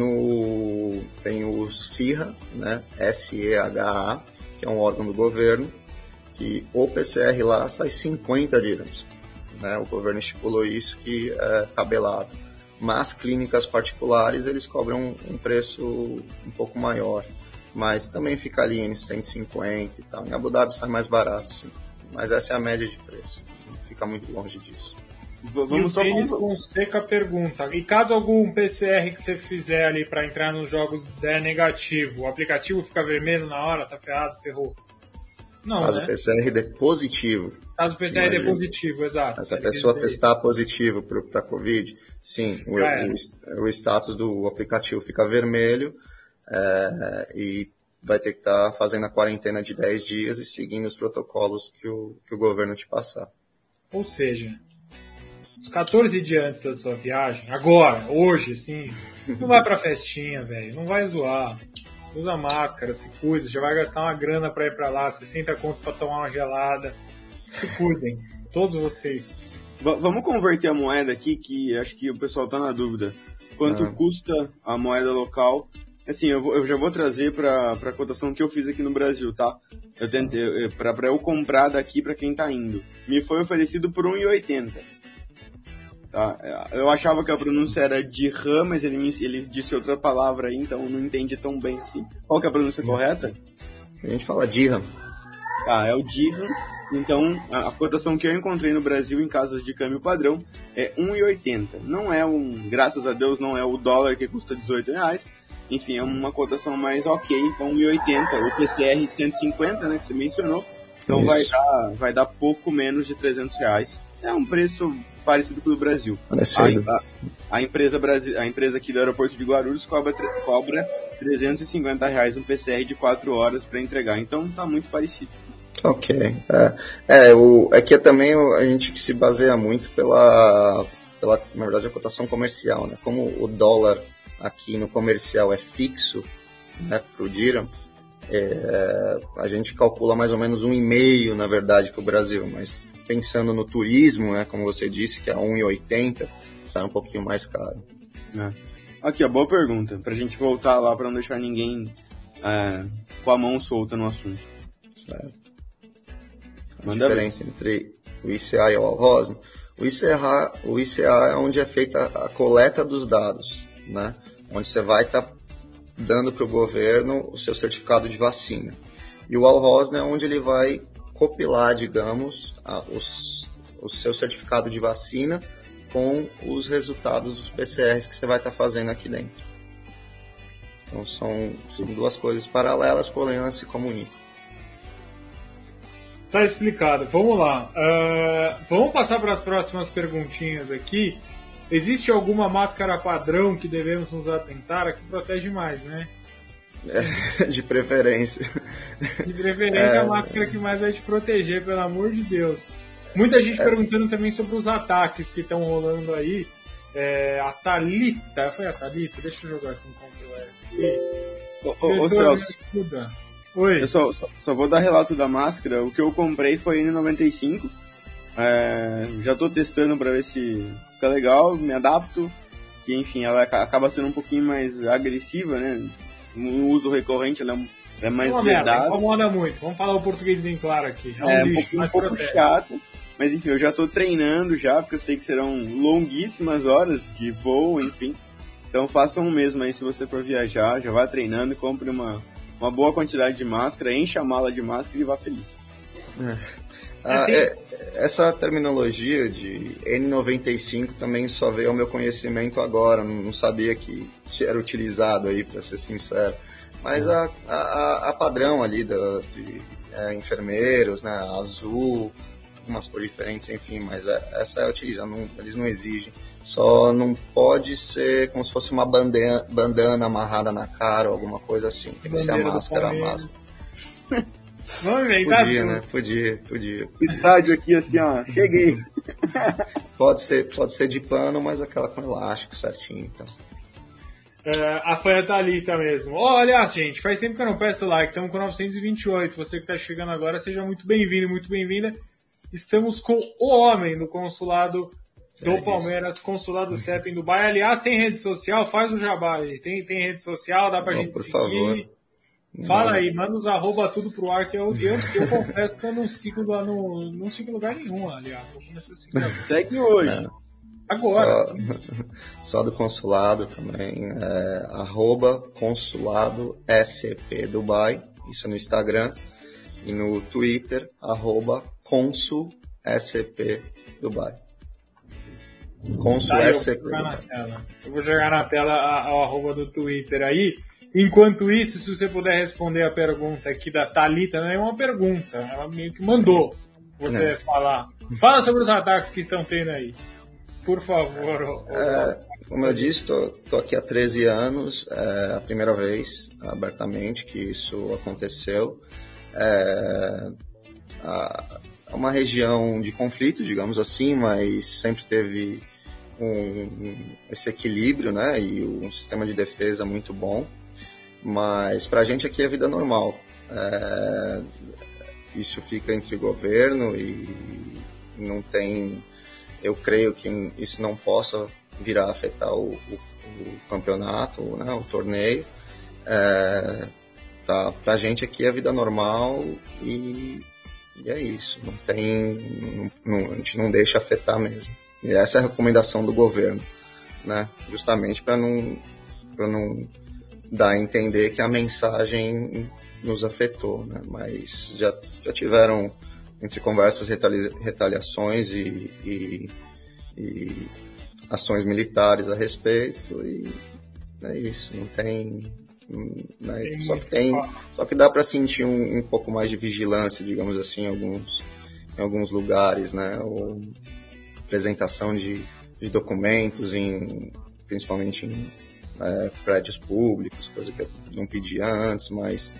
tem o SEHA, né? SEHA, que é um órgão do governo, que o PCR lá sai 50 dirhams. Né? O governo estipulou isso, que é tabelado. Mas clínicas particulares, eles cobram um preço um pouco maior. Mas também fica ali em 150 e tal. Em Abu Dhabi sai mais barato, sim. Mas essa é a média de preço. Não fica muito longe disso. Vamos só Fonseca pergunta: e caso algum PCR que você fizer ali para entrar nos jogos der negativo, o aplicativo fica vermelho na hora? Tá ferrado? Ferrou? Não, caso né? o PCR dê positivo. Caso o PCR dê positivo, exato. Se a pessoa testar positivo para Covid, sim, o status do aplicativo fica vermelho e vai ter que estar fazendo a quarentena de 10 dias e seguindo os protocolos que o governo te passar. Ou seja, os 14 dias antes da sua viagem, agora, hoje, assim, não vai pra festinha, velho, não vai zoar. Usa máscara, se cuida, já vai gastar uma grana pra ir pra lá, 60 conto pra tomar uma gelada. Se cuidem, todos vocês. Vamos converter a moeda aqui, que acho que o pessoal tá na dúvida. Quanto custa a moeda local? Assim, eu já vou trazer pra cotação que eu fiz aqui no Brasil, tá? Eu tentei, pra eu comprar daqui pra quem tá indo. Me foi oferecido por 1,80. Tá? Eu achava que a pronúncia era dirham, mas ele disse outra palavra aí, então eu não entendi tão bem assim. Qual que é a pronúncia correta? A gente fala dirham. Tá, é o Dirham. Então, a cotação que eu encontrei no Brasil em casas de câmbio padrão é 1,80. Não é graças a Deus, não é o dólar que custa R$18. Enfim, é uma cotação mais ok, então 1,80. O PCR 150, né, que você mencionou. Então vai dar pouco menos de R$300. É um preço parecido com o do Brasil. A empresa aqui do aeroporto de Guarulhos cobra R$350 um PCR de 4 horas para entregar. Então tá muito parecido. Ok. É que também a gente que se baseia muito pela, na verdade, a cotação comercial, né? Como o dólar aqui no comercial é fixo, né, pro Dirham, a gente calcula mais ou menos 1,5, na verdade, para o Brasil, mas pensando no turismo, né, como você disse, que é 1,80, sai um pouquinho mais caro. Aqui, ó, boa pergunta, pra gente voltar lá para não deixar ninguém com a mão solta no assunto. Certo. A Manda diferença entre o ICA e o Alrosne. O ICA é onde é feita a coleta dos dados, né? Onde você vai estar dando para o governo o seu certificado de vacina. E o Alrosne é onde ele vai compilar, digamos, o seu certificado de vacina com os resultados dos PCRs que você vai estar fazendo aqui dentro. Então são duas coisas paralelas, porém elas se comunicam. Tá explicado. Vamos lá. Vamos passar para as próximas perguntinhas aqui. Existe alguma máscara padrão que devemos nos atentar? A que protege mais, né? De preferência. De preferência a máscara que mais vai te proteger, pelo amor de Deus. Muita gente perguntando também sobre os ataques que estão rolando aí. A Thalita, foi a Thalita? Deixa eu jogar aqui no controle. Ô Celso, oi. Eu só vou dar relato da máscara. O que eu comprei foi N95. Já tô testando para ver se fica legal, me adapto. Que enfim, ela acaba sendo um pouquinho mais agressiva, né? No uso recorrente, ela é mais vedada. Incomoda muito. Vamos falar o português bem claro aqui. Um pouco chato. Mas enfim, eu já tô treinando já, porque eu sei que serão longuíssimas horas de voo, enfim. Então façam o mesmo aí se você for viajar, já vá treinando e compre uma boa quantidade de máscara, encha a mala de máscara e vá feliz. Essa terminologia de N95 também só veio ao meu conhecimento agora, não sabia que era utilizado aí, para ser sincero. Mas a padrão ali de enfermeiros, né, azul, umas cores diferentes, enfim, mas essa é utilizada, eles não exigem. Só não pode ser como se fosse uma bandana amarrada na cara ou alguma coisa assim. Tem que ser a máscara. Vamos inventar. Podia, né? Podia. Estádio aqui assim, ó, cheguei. Pode ser de pano, mas aquela com elástico certinho, então. Foi a Thalita mesmo. Olha, gente, faz tempo que eu não peço like, estamos com 928. Você que está chegando agora, seja muito bem-vindo, muito bem-vinda. Estamos com o homem do consulado do Palmeiras, consulado CEP em Dubai. Aliás, tem rede social? Faz o jabá aí. Tem rede social, dá pra gente por seguir. Favor. Fala aí, manda os arroba tudo pro ar, que eu confesso que eu não sigo em lugar nenhum, aliás. Vou começar a seguir agora. Segue hoje. Agora. Só do consulado também, @consulado SCP Dubai, isso no Instagram, e no Twitter, @consul SCP Dubai. Consul SCP Dubai. Eu vou jogar na tela o arroba do Twitter aí. Enquanto isso, se você puder responder a pergunta aqui da Thalita, não é uma pergunta, ela meio que mandou você falar. Fala sobre os ataques que estão tendo aí. Por favor. Como eu disse, tô aqui há 13 anos, é a primeira vez, abertamente, que isso aconteceu. É uma região de conflito, digamos assim, mas sempre teve esse equilíbrio, né, e um sistema de defesa muito bom. Mas pra gente aqui é vida normal. Isso fica entre governo e não tem... Eu creio que isso não possa vir a afetar o campeonato, né, o torneio. Pra gente aqui é vida normal e é isso. A gente não deixa afetar mesmo. E essa é a recomendação do governo, né? Justamente para não dar a entender que a mensagem nos afetou, né? Mas já tiveram entre conversas retaliações e ações militares a respeito, e é isso, não tem... Né? Só que dá para sentir um pouco mais de vigilância, digamos assim, em alguns lugares, né? Ou apresentação de documentos, principalmente em prédios públicos, coisa que eu não pedia antes, mas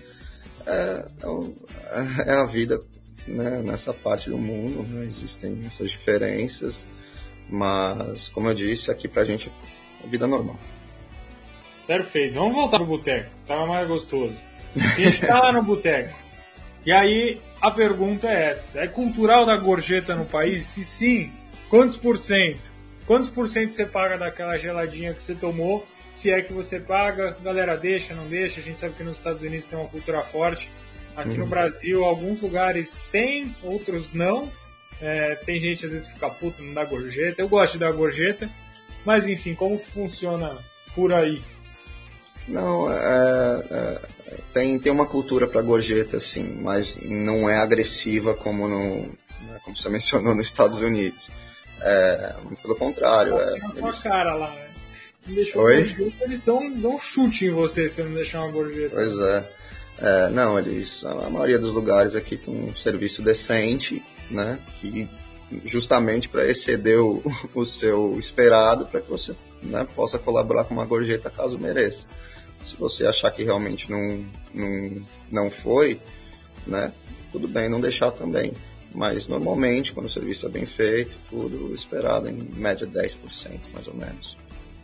é a vida, né? Nessa parte do mundo, né? Existem essas diferenças, mas, como eu disse, aqui pra gente é vida normal. Perfeito. Vamos voltar pro boteco. Tava mais gostoso. A gente tá lá no boteco. E aí, a pergunta é essa. É cultural dar gorjeta no país? Se sim, quantos por cento? Quantos por cento você paga daquela geladinha que você tomou? Se é que você paga, galera, deixa, não deixa? A gente sabe que nos Estados Unidos tem uma cultura forte. Aqui no Brasil, alguns lugares tem, outros não. Tem gente às vezes fica puto, não dá gorjeta. Eu gosto de dar gorjeta. Mas enfim, como que funciona por aí? Não, tem uma cultura para gorjeta, sim, mas não é agressiva como como você mencionou nos Estados Unidos. Pelo contrário. Na sua cara lá, né? Não deixou gorjeta, eles dão um chute em você se não deixar uma gorjeta. Pois é. Não, a maioria dos lugares aqui tem um serviço decente, né? Que justamente para exceder o seu esperado, para que você, né, possa colaborar com uma gorjeta caso mereça. Se você achar que realmente não foi, né, tudo bem, não deixar também. Mas normalmente, quando o serviço é bem feito, tudo esperado em média 10%, mais ou menos.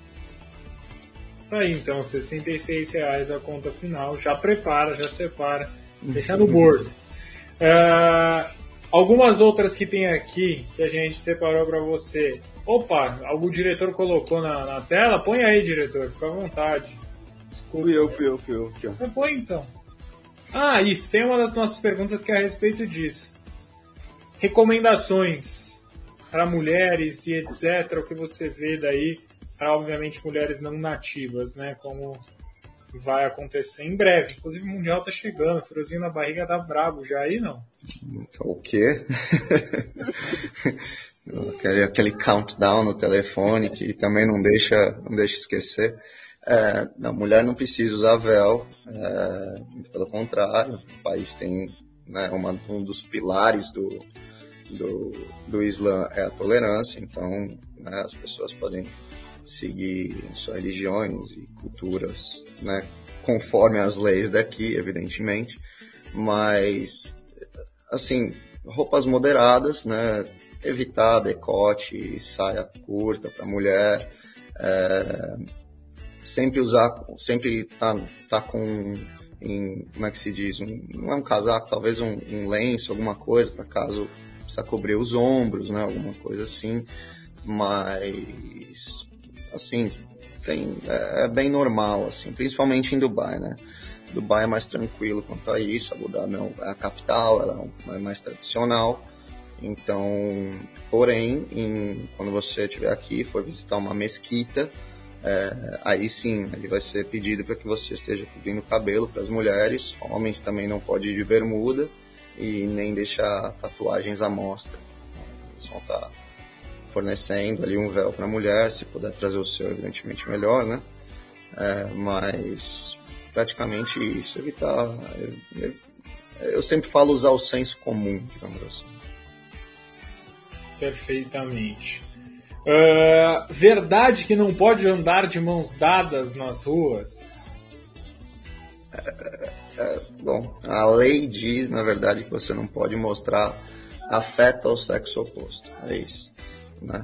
Aí então, R$66 a conta final, já prepara, já separa, deixa no bolso. Algumas outras que tem aqui, que a gente separou para você. Opa, algum diretor colocou na tela? Põe aí, diretor, fica à vontade. Desculpa. Fui eu. Aqui, ó. Põe então. Isso, tem uma das nossas perguntas que é a respeito disso. Recomendações para mulheres e etc, o que você vê daí para, obviamente, mulheres não nativas, né? Como vai acontecer em breve. Inclusive, o Mundial tá chegando, friozinho na barriga tá brabo já aí, não? O quê? aquele countdown no telefone que também não deixa esquecer. A mulher não precisa usar véu, pelo contrário, o país tem, né, um dos pilares do Islã é a tolerância, então, né, as pessoas podem seguir suas religiões e culturas, né, conforme as leis daqui, evidentemente, mas, assim, roupas moderadas, né, evitar decote, saia curta para mulher, sempre tá com, como é que se diz, não é um casaco, talvez um lenço, alguma coisa, para caso precisa cobrir os ombros, né, alguma coisa assim, mas, assim, é bem normal, assim, principalmente em Dubai, né. Dubai é mais tranquilo quanto a isso, Abu Dhabi é a capital, ela é mais tradicional, então, porém, quando você estiver aqui e for visitar uma mesquita, aí sim, ele vai ser pedido para que você esteja cobrindo o cabelo para as mulheres. Homens também não pode ir de bermuda e nem deixar tatuagens à mostra. Eles vão estar fornecendo ali um véu para a mulher, se puder trazer o seu, evidentemente melhor, né? Mas praticamente isso, evitar... Eu sempre falo usar o senso comum, digamos assim. Perfeitamente. Verdade que não pode andar de mãos dadas nas ruas? Bom, a lei diz, na verdade, que você não pode mostrar afeto ao sexo oposto. É isso, né?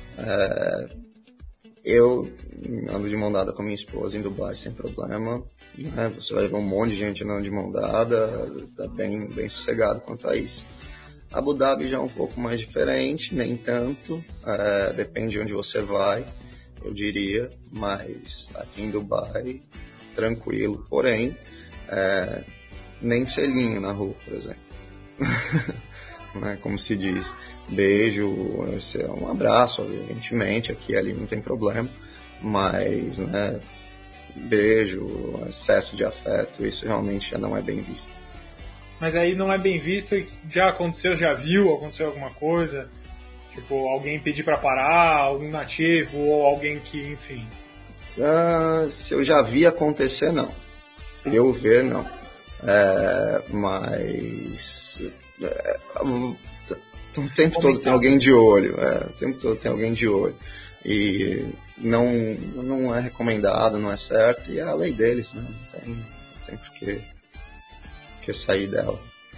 Eu ando de mão dada com minha esposa em Dubai sem problema, né? Você vai ver um monte de gente andando de mão dada, tá bem sossegado quanto a isso. Abu Dhabi já é um pouco mais diferente, nem tanto, depende de onde você vai, eu diria, mas aqui em Dubai, tranquilo, porém, nem selinho na rua, por exemplo. Né? Como se diz, beijo, um abraço, evidentemente, aqui e ali não tem problema, mas, né, beijo, excesso de afeto, isso realmente já não é bem visto. Mas aí não é bem visto e já aconteceu, já viu, aconteceu alguma coisa? Tipo, alguém pedir pra parar, algum nativo ou alguém que, enfim... Se eu já vi acontecer, não. Eu ver, não. Mas... o tempo todo tem alguém de olho. O tempo todo tem alguém de olho. E não é recomendado, não é certo. E é a lei deles, né? Não tem por que sair dela.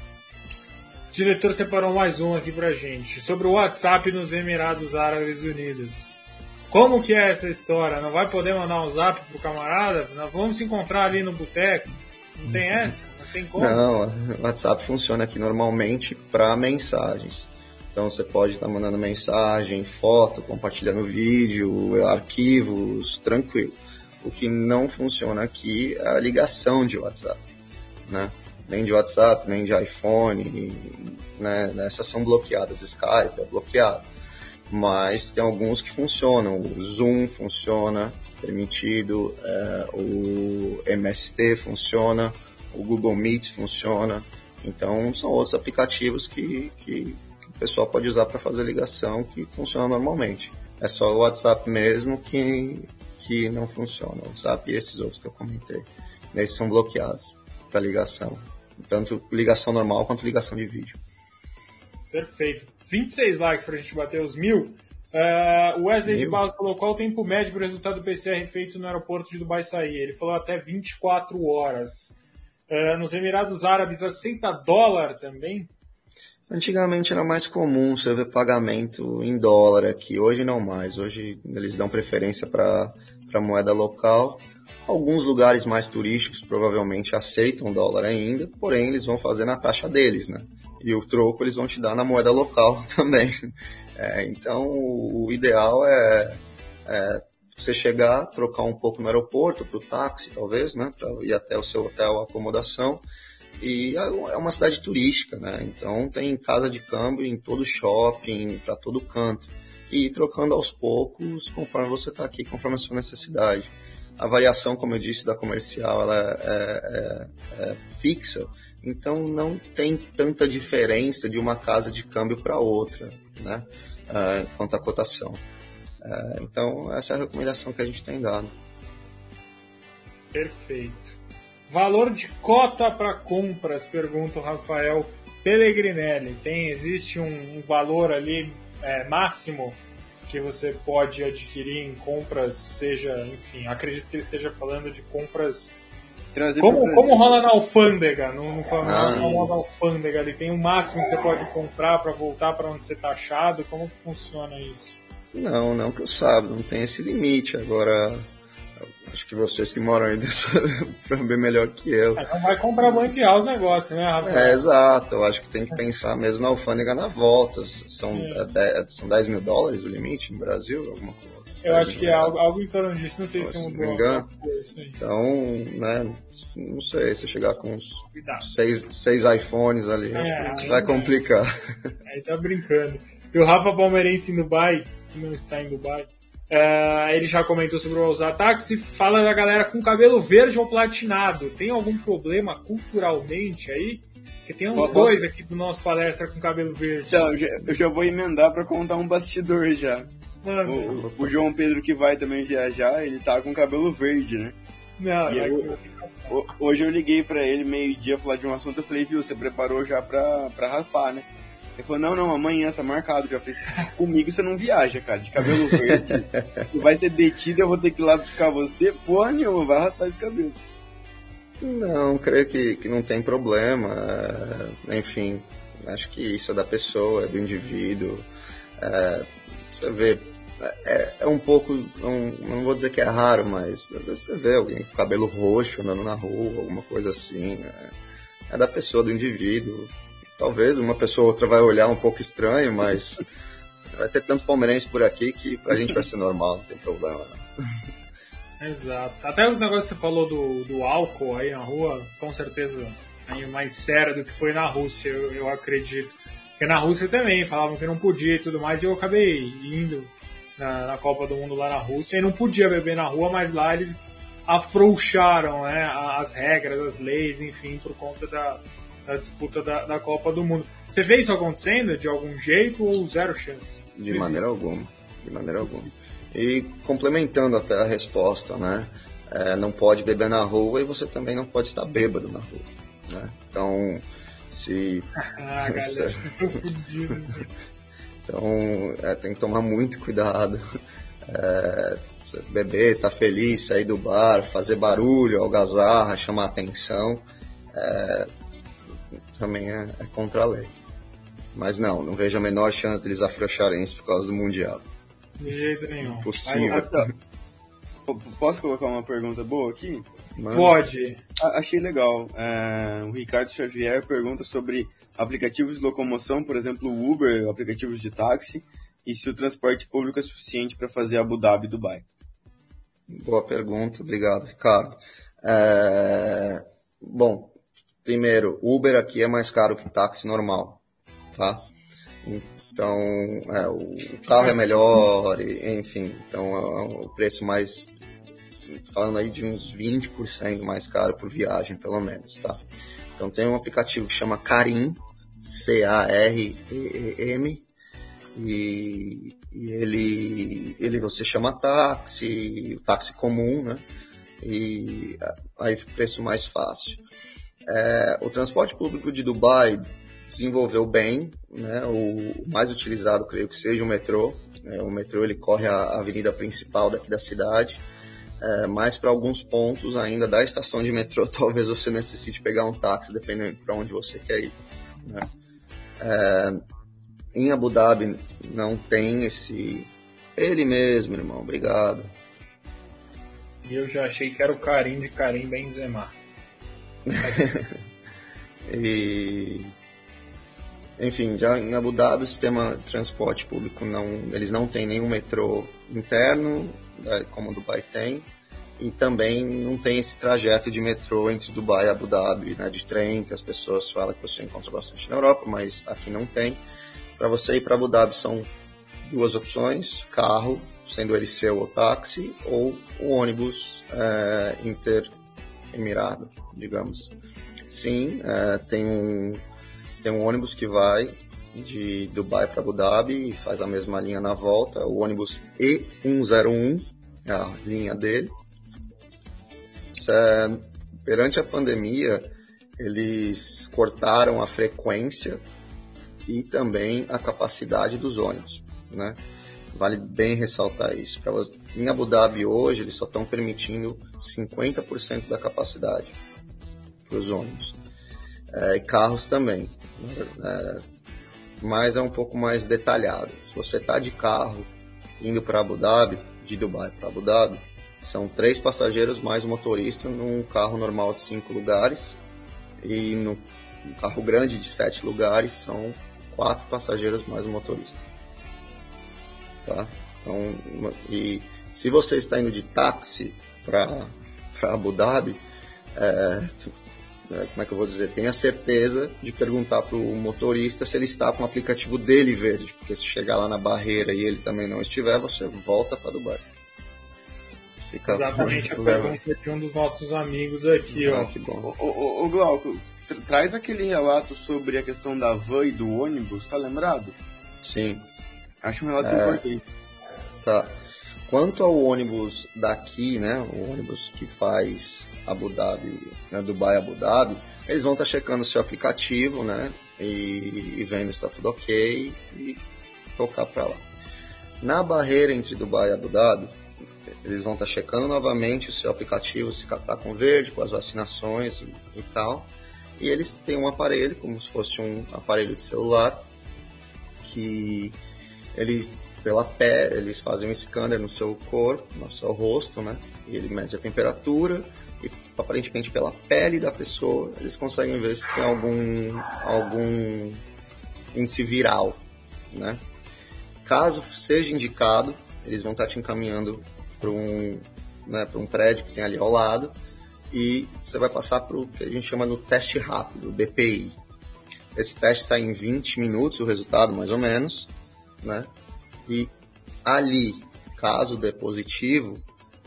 O diretor separou mais um aqui pra gente. Sobre o WhatsApp nos Emirados Árabes Unidos. Como que é essa história? Não vai poder mandar um zap pro camarada? Nós vamos se encontrar ali no boteco? Não tem essa? Não tem como? Não, o WhatsApp funciona aqui normalmente para mensagens. Então você pode estar mandando mensagem, foto, compartilhando vídeo, arquivos, tranquilo. O que não funciona aqui é a ligação de WhatsApp, né? Nem de WhatsApp, nem de iPhone, né? Essas são bloqueadas, Skype é bloqueado. Mas tem alguns que funcionam, o Zoom funciona, permitido, o MST funciona, o Google Meet funciona. Então são outros aplicativos que o pessoal pode usar para fazer ligação que funciona normalmente. É só o WhatsApp mesmo que não funciona, o WhatsApp e esses outros que eu comentei. Esses são bloqueados para ligação, tanto ligação normal quanto ligação de vídeo. Perfeito. 26 likes pra gente bater os 1000. O Wesley de Barros falou qual o tempo médio para o resultado do PCR feito no aeroporto de Dubai sair. Ele falou até 24 horas. Nos Emirados Árabes aceita dólar também? Antigamente era mais comum você ver pagamento em dólar aqui. Hoje não mais. Hoje eles dão preferência para moeda local. Alguns lugares mais turísticos provavelmente aceitam dólar ainda, porém eles vão fazer na taxa deles, né? E o troco eles vão te dar na moeda local também. Então, o ideal é você chegar, trocar um pouco no aeroporto, para o táxi, talvez, né? Para ir até o seu hotel, acomodação. E é uma cidade turística, né? Então, tem casa de câmbio em todo shopping, para todo canto. E ir trocando aos poucos, conforme você está aqui, conforme a sua necessidade. A variação, como eu disse, da comercial, ela é fixa. Então, não tem tanta diferença de uma casa de câmbio para outra, né? Quanto à cotação. Então, essa é a recomendação que a gente tem dado. Perfeito. Valor de cota para compras, pergunta o Rafael Pellegrinelli. Existe um valor ali máximo que você pode adquirir em compras, seja, enfim, acredito que ele esteja falando de compras... Como rola na alfândega? Não rola na alfândega ali. Tem um máximo que você pode comprar para voltar para onde você está achado? Como que funciona isso? Não que eu saiba, não tem esse limite. Agora, acho que vocês que moram aí sabem bem melhor que eu. Não vai comprar bandear os negócios, né, Rafael? Exato. Eu acho que tem que pensar mesmo na alfândega na volta. São 10 mil dólares o limite no Brasil? Alguma coisa. Eu acho que é algo em torno disso, não sei se mudou. Não me engano. Então, né, não sei, se eu chegar com uns 6 iPhones ali, acho que vai complicar. Aí tá brincando. E o Rafa Palmeirense em Dubai, que não está em Dubai, ele já comentou sobre o usar táxi, fala da galera com cabelo verde ou platinado. Tem algum problema culturalmente aí? Porque tem uns dois aqui do nosso palestra com cabelo verde. Então, eu já vou emendar para contar um bastidor já. O João Pedro, que vai também viajar, ele tá com cabelo verde, né? Hoje eu liguei pra ele meio-dia falar de um assunto, eu falei, viu, você preparou já pra rapar, né? Ele falou, não, amanhã tá marcado. Já falei, comigo você não viaja, cara, de cabelo verde. Você vai ser detido, eu vou ter que ir lá buscar você. Porra nenhuma, vai raspar esse cabelo. Não, creio que não tem problema. Enfim, acho que isso é da pessoa, é do indivíduo. Você vê, é um pouco, não vou dizer que é raro, mas às vezes você vê alguém com cabelo roxo andando na rua, alguma coisa assim. É da pessoa, do indivíduo. Talvez uma pessoa ou outra vai olhar um pouco estranho, mas vai ter tanto palmeirense por aqui que pra gente vai ser normal, não tem problema não. Exato. Até o negócio que você falou do álcool aí na rua, com certeza é mais sério do que foi na Rússia, eu acredito. Porque na Rússia também falavam que não podia e tudo mais, e eu acabei indo na Copa do Mundo lá na Rússia, e não podia beber na rua, mas lá eles afrouxaram, né, as regras, as leis, enfim, por conta da disputa da Copa do Mundo. Você vê isso acontecendo de algum jeito ou zero chance? De maneira alguma, de maneira alguma. E complementando até a resposta, né? Não pode beber na rua e você também não pode estar bêbado na rua, né? Então, se... galera, vocês estão fodidos. Então, tem que tomar muito cuidado. Beber, estar feliz, sair do bar, fazer barulho, algazarra, chamar atenção, também é contra a lei. Mas não vejo a menor chance deles afrouxarem isso por causa do Mundial. De jeito nenhum. Possível. Posso colocar uma pergunta boa aqui? Mano. Pode. Achei legal. O Ricardo Xavier pergunta sobre aplicativos de locomoção, por exemplo, o Uber, aplicativos de táxi, e se o transporte público é suficiente para fazer Abu Dhabi e Dubai. Boa pergunta, obrigado, Ricardo. Bom, primeiro, Uber aqui é mais caro que táxi normal, tá? Então, o carro é melhor, enfim, então o preço mais, falando aí de uns 20% mais caro por viagem, pelo menos, tá? Então tem um aplicativo que chama Careem, Careem, e ele você chama táxi, o táxi comum, né? E aí fica o preço mais fácil. O transporte público de Dubai desenvolveu bem, né? O mais utilizado, creio que seja o metrô. O metrô ele corre a avenida principal daqui da cidade, mas para alguns pontos ainda da estação de metrô talvez você necessite pegar um táxi, dependendo para onde você quer ir, né? Em Abu Dhabi não tem esse... Ele mesmo, irmão, obrigado. E eu já achei que era o Karim de Karim Benzema. Enfim, já em Abu Dhabi o sistema de transporte público eles não têm nenhum metrô interno, como o Dubai tem, e também não tem esse trajeto de metrô entre Dubai e Abu Dhabi, né, de trem, que as pessoas falam que você encontra bastante na Europa, mas aqui não tem. Para você ir para Abu Dhabi são duas opções: carro, sendo ele seu ou táxi, ou o ônibus interemirado, digamos. Sim, tem um ônibus que vai de Dubai para Abu Dhabi e faz a mesma linha na volta, o ônibus E101, é a linha dele. Perante a pandemia, eles cortaram a frequência e também a capacidade dos ônibus, né? Vale bem ressaltar isso. Em Abu Dhabi hoje, eles só estão permitindo 50% da capacidade para os ônibus. E carros também. Mas é um pouco mais detalhado. Se você está de carro indo para Abu Dhabi, de Dubai para Abu Dhabi, são 3 passageiros mais o motorista num carro normal de 5 lugares. E no carro grande de 7 lugares são 4 passageiros mais o motorista. Tá? Então, e se você está indo de táxi para Abu Dhabi, como é que eu vou dizer? Tenha certeza de perguntar para o motorista se ele está com o aplicativo dele verde, porque se chegar lá na barreira e ele também não estiver, você volta para Dubai. Exatamente a pergunta de um dos nossos amigos aqui. Que bom. Ô Glauco, traz aquele relato sobre a questão da van e do ônibus, tá lembrado? Sim. Acho um relato importante. Tá. Quanto ao ônibus daqui, né, o ônibus que faz Abu Dhabi, né, Dubai Abu Dhabi, eles vão estar checando o seu aplicativo, né, e vendo se está tudo ok e tocar para lá. Na barreira entre Dubai e Abu Dhabi, eles vão estar checando novamente o seu aplicativo, se está com verde, com as vacinações e tal. E eles têm um aparelho, como se fosse um aparelho de celular, que eles fazem um scanner no seu corpo, no seu rosto, né? E ele mede a temperatura e aparentemente pela pele da pessoa eles conseguem ver se tem algum índice viral, né? Caso seja indicado, eles vão estar te encaminhando para um prédio que tem ali ao lado e você vai passar para o que a gente chama no teste rápido, DPI. Esse teste sai em 20 minutos, o resultado mais ou menos, né? E ali, caso dê positivo,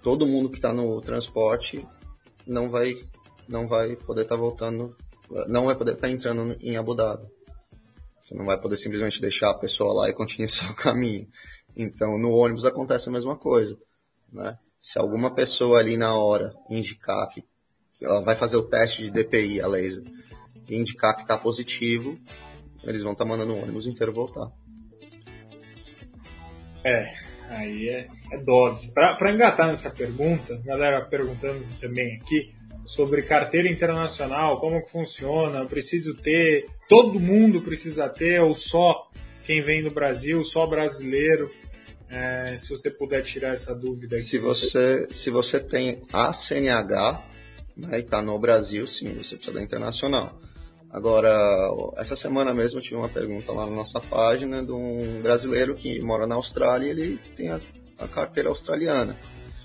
todo mundo que está no transporte não vai poder estar voltando, não vai poder estar entrando em Abu Dhabi. Você não vai poder simplesmente deixar a pessoa lá e continuar seu caminho. Então, no ônibus acontece a mesma coisa, né? Se alguma pessoa ali na hora indicar que ela vai fazer o teste de DPI, a laser, e indicar que está positivo, eles vão estar mandando o ônibus inteiro voltar. Aí é dose. Para engatar nessa pergunta, galera perguntando também aqui sobre carteira internacional, como que funciona, eu preciso ter, todo mundo precisa ter, ou só quem vem do Brasil, só brasileiro? Se você puder tirar essa dúvida aqui. Se você tem a CNH, né, e está no Brasil, sim, você precisa da internacional. Agora, essa semana mesmo eu tive uma pergunta lá na nossa página de um brasileiro que mora na Austrália e ele tem a carteira australiana.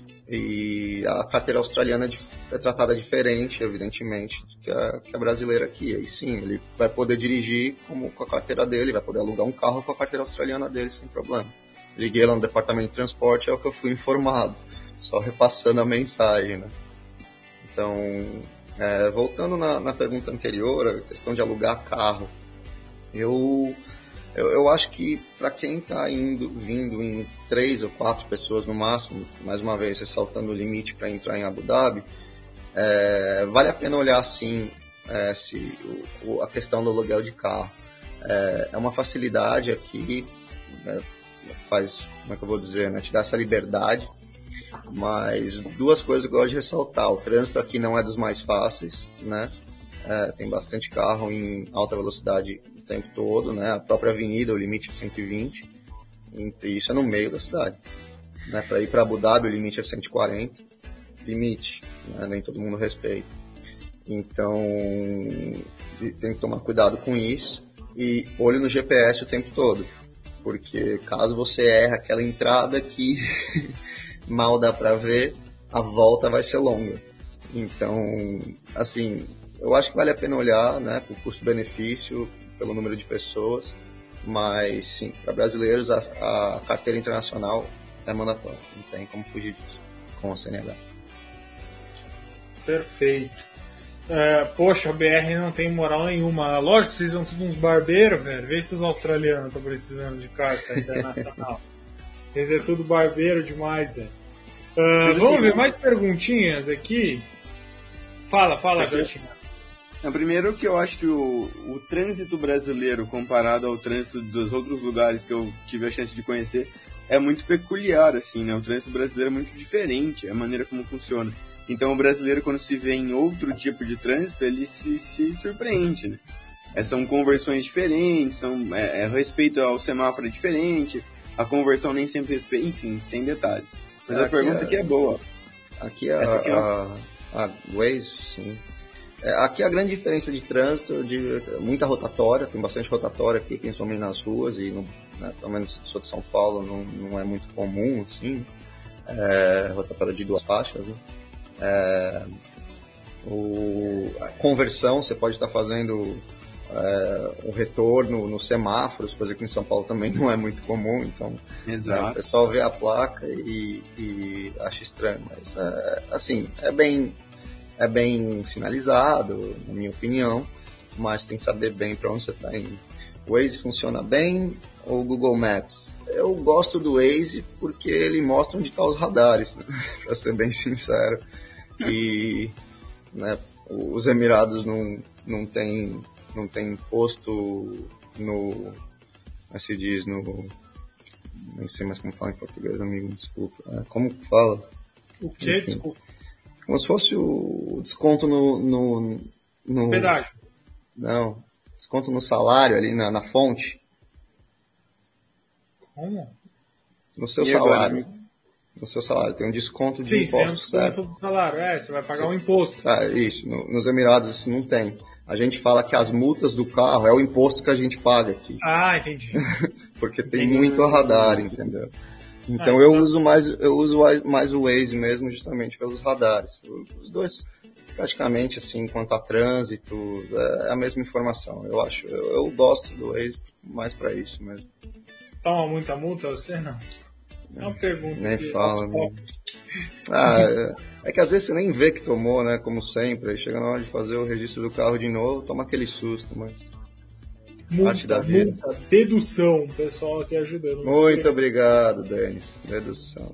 E a carteira australiana é tratada diferente, evidentemente, que a brasileira aqui. Aí sim, ele vai poder dirigir com a carteira dele, vai poder alugar um carro com a carteira australiana dele sem problema. Liguei lá no departamento de transporte, é o que eu fui informado, só repassando a mensagem, né? Então, voltando na pergunta anterior, a questão de alugar carro, eu acho que para quem está vindo em 3 ou 4 pessoas no máximo, mais uma vez ressaltando o limite para entrar em Abu Dhabi, vale a pena olhar sim a questão do aluguel de carro. É uma facilidade aqui, faz, como é que eu vou dizer, né? Te dá essa liberdade, mas 2 coisas que eu gosto de ressaltar: o trânsito aqui não é dos mais fáceis, né? Tem bastante carro em alta velocidade o tempo todo, né? A própria avenida, o limite é 120, e isso é no meio da cidade, né? Para ir para Abu Dhabi o limite é 140, limite, né? Nem todo mundo respeita. Então tem que tomar cuidado com isso e olho no GPS o tempo todo, porque caso você erre aquela entrada que mal dá para ver, a volta vai ser longa. Então, assim, eu acho que vale a pena olhar, né, por custo-benefício, pelo número de pessoas, mas sim, para brasileiros a carteira internacional é mandatória, não tem como fugir disso, com a CNH. Perfeito. Poxa, a BR não tem moral nenhuma. Lógico que vocês são todos uns barbeiros, velho. Vê se os australianos estão precisando de carta internacional. Eles é tudo barbeiro demais, velho. Vamos ver mais perguntinhas aqui. Fala, Jotinha. Primeiro que eu acho que o trânsito brasileiro comparado ao trânsito dos outros lugares que eu tive a chance de conhecer é muito peculiar, assim, né? O trânsito brasileiro é muito diferente, a maneira como funciona. Então o brasileiro, quando se vê em outro tipo de trânsito, ele se surpreende, né? São conversões diferentes, respeito ao semáforo diferente, a conversão nem sempre respeita, enfim, tem detalhes. Mas a pergunta aqui é boa. Aqui a Waze, sim. Aqui a grande diferença de trânsito, muita rotatória, tem bastante rotatória aqui, principalmente nas ruas, e né, pelo menos sou de São Paulo, não é muito comum, assim, rotatória de 2 faixas, né? A conversão, você pode estar fazendo o retorno nos semáforos, coisa que em São Paulo também não é muito comum, então o pessoal vê a placa e acha estranho, mas assim, é bem sinalizado, na minha opinião, mas tem que saber bem para onde você está indo. O Waze funciona bem ou o Google Maps? Eu gosto do Waze porque ele mostra onde estão os radares, né? Para ser bem sincero. E, né, os Emirados não tem posto no, como se diz, nem sei mais como fala em português, amigo, desculpa. Como que fala? O quê? Enfim, desculpa. Como se fosse o desconto no pedágio. Não, desconto no salário ali na fonte. Como? No seu salário. No seu salário, tem um desconto de imposto, certo? Sim, tem um desconto do salário, você vai pagar um imposto. Isso, nos Emirados isso não tem. A gente fala que as multas do carro é o imposto que a gente paga aqui. Ah, entendi. Porque tem muito radar, entendeu? Então eu uso mais o Waze mesmo, justamente pelos radares. Os dois, praticamente, assim, quanto a trânsito, é a mesma informação. Eu gosto do Waze mais para isso mesmo. Toma muita multa, você não? É uma pergunta. Nem fala, amigo. É que às vezes você nem vê que tomou, né? Como sempre. Aí chega na hora de fazer o registro do carro de novo, toma aquele susto, mas... parte da vida. Dedução, o pessoal aqui ajudando. Muito obrigado, Denis. Dedução.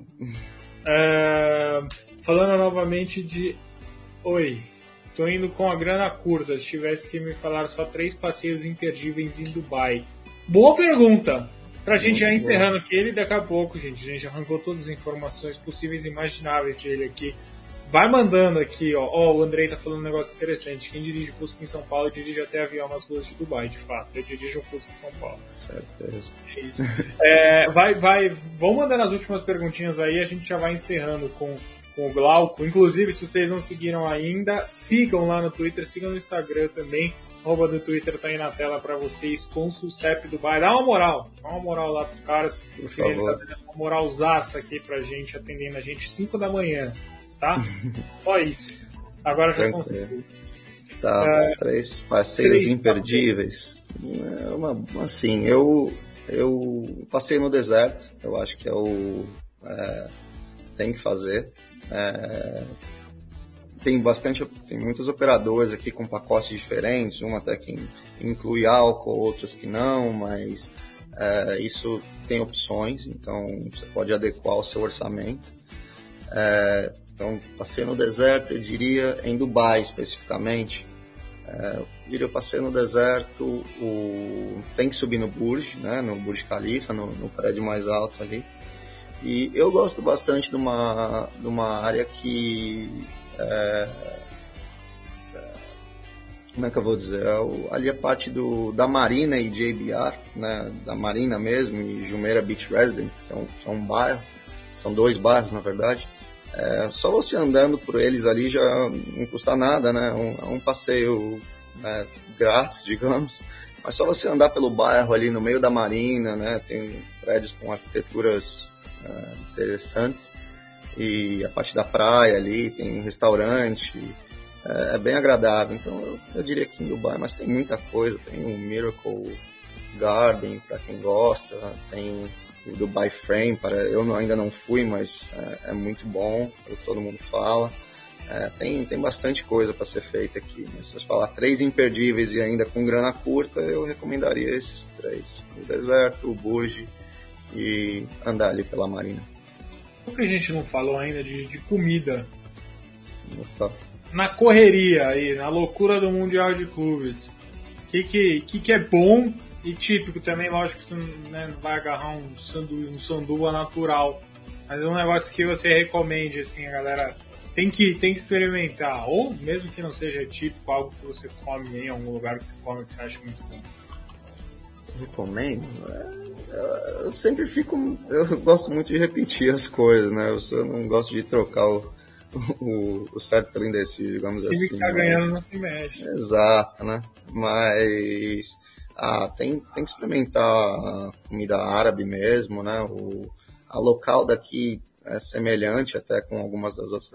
Falando novamente de... Oi, tô indo com a grana curta. Se tivesse que me falar só 3 passeios imperdíveis em Dubai. Boa pergunta! Pra gente já encerrando aqui ele, daqui a pouco, gente. A gente arrancou todas as informações possíveis e imagináveis dele aqui. Vai mandando aqui, ó. O Andrei tá falando um negócio interessante. Quem dirige Fusca em São Paulo dirige até avião nas ruas de Dubai, de fato. Eu dirijo um Fusca em São Paulo. Certeza. É isso. Vamos mandando as últimas perguntinhas aí. A gente já vai encerrando com o Glauco. Inclusive, se vocês não seguiram ainda, sigam lá no Twitter, sigam no Instagram também. Arroba do Twitter tá aí na tela pra vocês, Consulcep Dubai. Dá uma moral lá pros caras. Por favor. Eles estão dando uma moralzaça aqui pra gente, atendendo a gente 5 da manhã. Tá? Só isso. Agora já são 5. Tá, 3 passeios imperdíveis. Assim, eu passei no deserto. Eu acho que tem que fazer. Tem muitos operadores aqui com pacotes diferentes, um até que inclui álcool, outros que não, mas isso tem opções, então você pode adequar o seu orçamento. Então, passei no deserto, eu diria, em Dubai especificamente. Eu passei no deserto, tem que subir no Burj, né, no Burj Khalifa, no prédio mais alto ali. E eu gosto bastante de uma área que... como é que eu vou dizer? Ali é parte da Marina e JBR, né, da Marina mesmo, e Jumeirah Beach Residence, que são um bairro, são 2 bairros, na verdade. Só você andando por eles ali já não custa nada, né? Um passeio, né, grátis, digamos. Mas só você andar pelo bairro ali no meio da marina, né? Tem prédios com arquiteturas interessantes. E a parte da praia ali, tem um restaurante. É bem agradável. Então eu diria que em Dubai, mas tem muita coisa. Tem o Miracle Garden, para quem gosta. Tem o Dubai Frame, eu ainda não fui, mas é muito bom, todo mundo fala. Tem bastante coisa para ser feita aqui, mas se eu falar 3 imperdíveis e ainda com grana curta, eu recomendaria esses 3. O deserto, o Burj e andar ali pela marina. O que a gente não falou ainda de comida? Opa. Na correria aí, na loucura do Mundial de Clubes, o que é bom e típico também? Lógico que você não vai agarrar um sanduba natural, mas é um negócio que você recomende, assim, a galera tem que experimentar, ou mesmo que não seja típico, algo que você come em algum lugar que você come que você acha muito bom. Recomendo? Eu sempre eu gosto muito de repetir as coisas, né? Eu não gosto de trocar o certo pelo indeciso, digamos assim. Quem tá ganhando não se mexe. Exato, né? Mas tem que experimentar a comida árabe mesmo, né? A local daqui é semelhante até com algumas das outras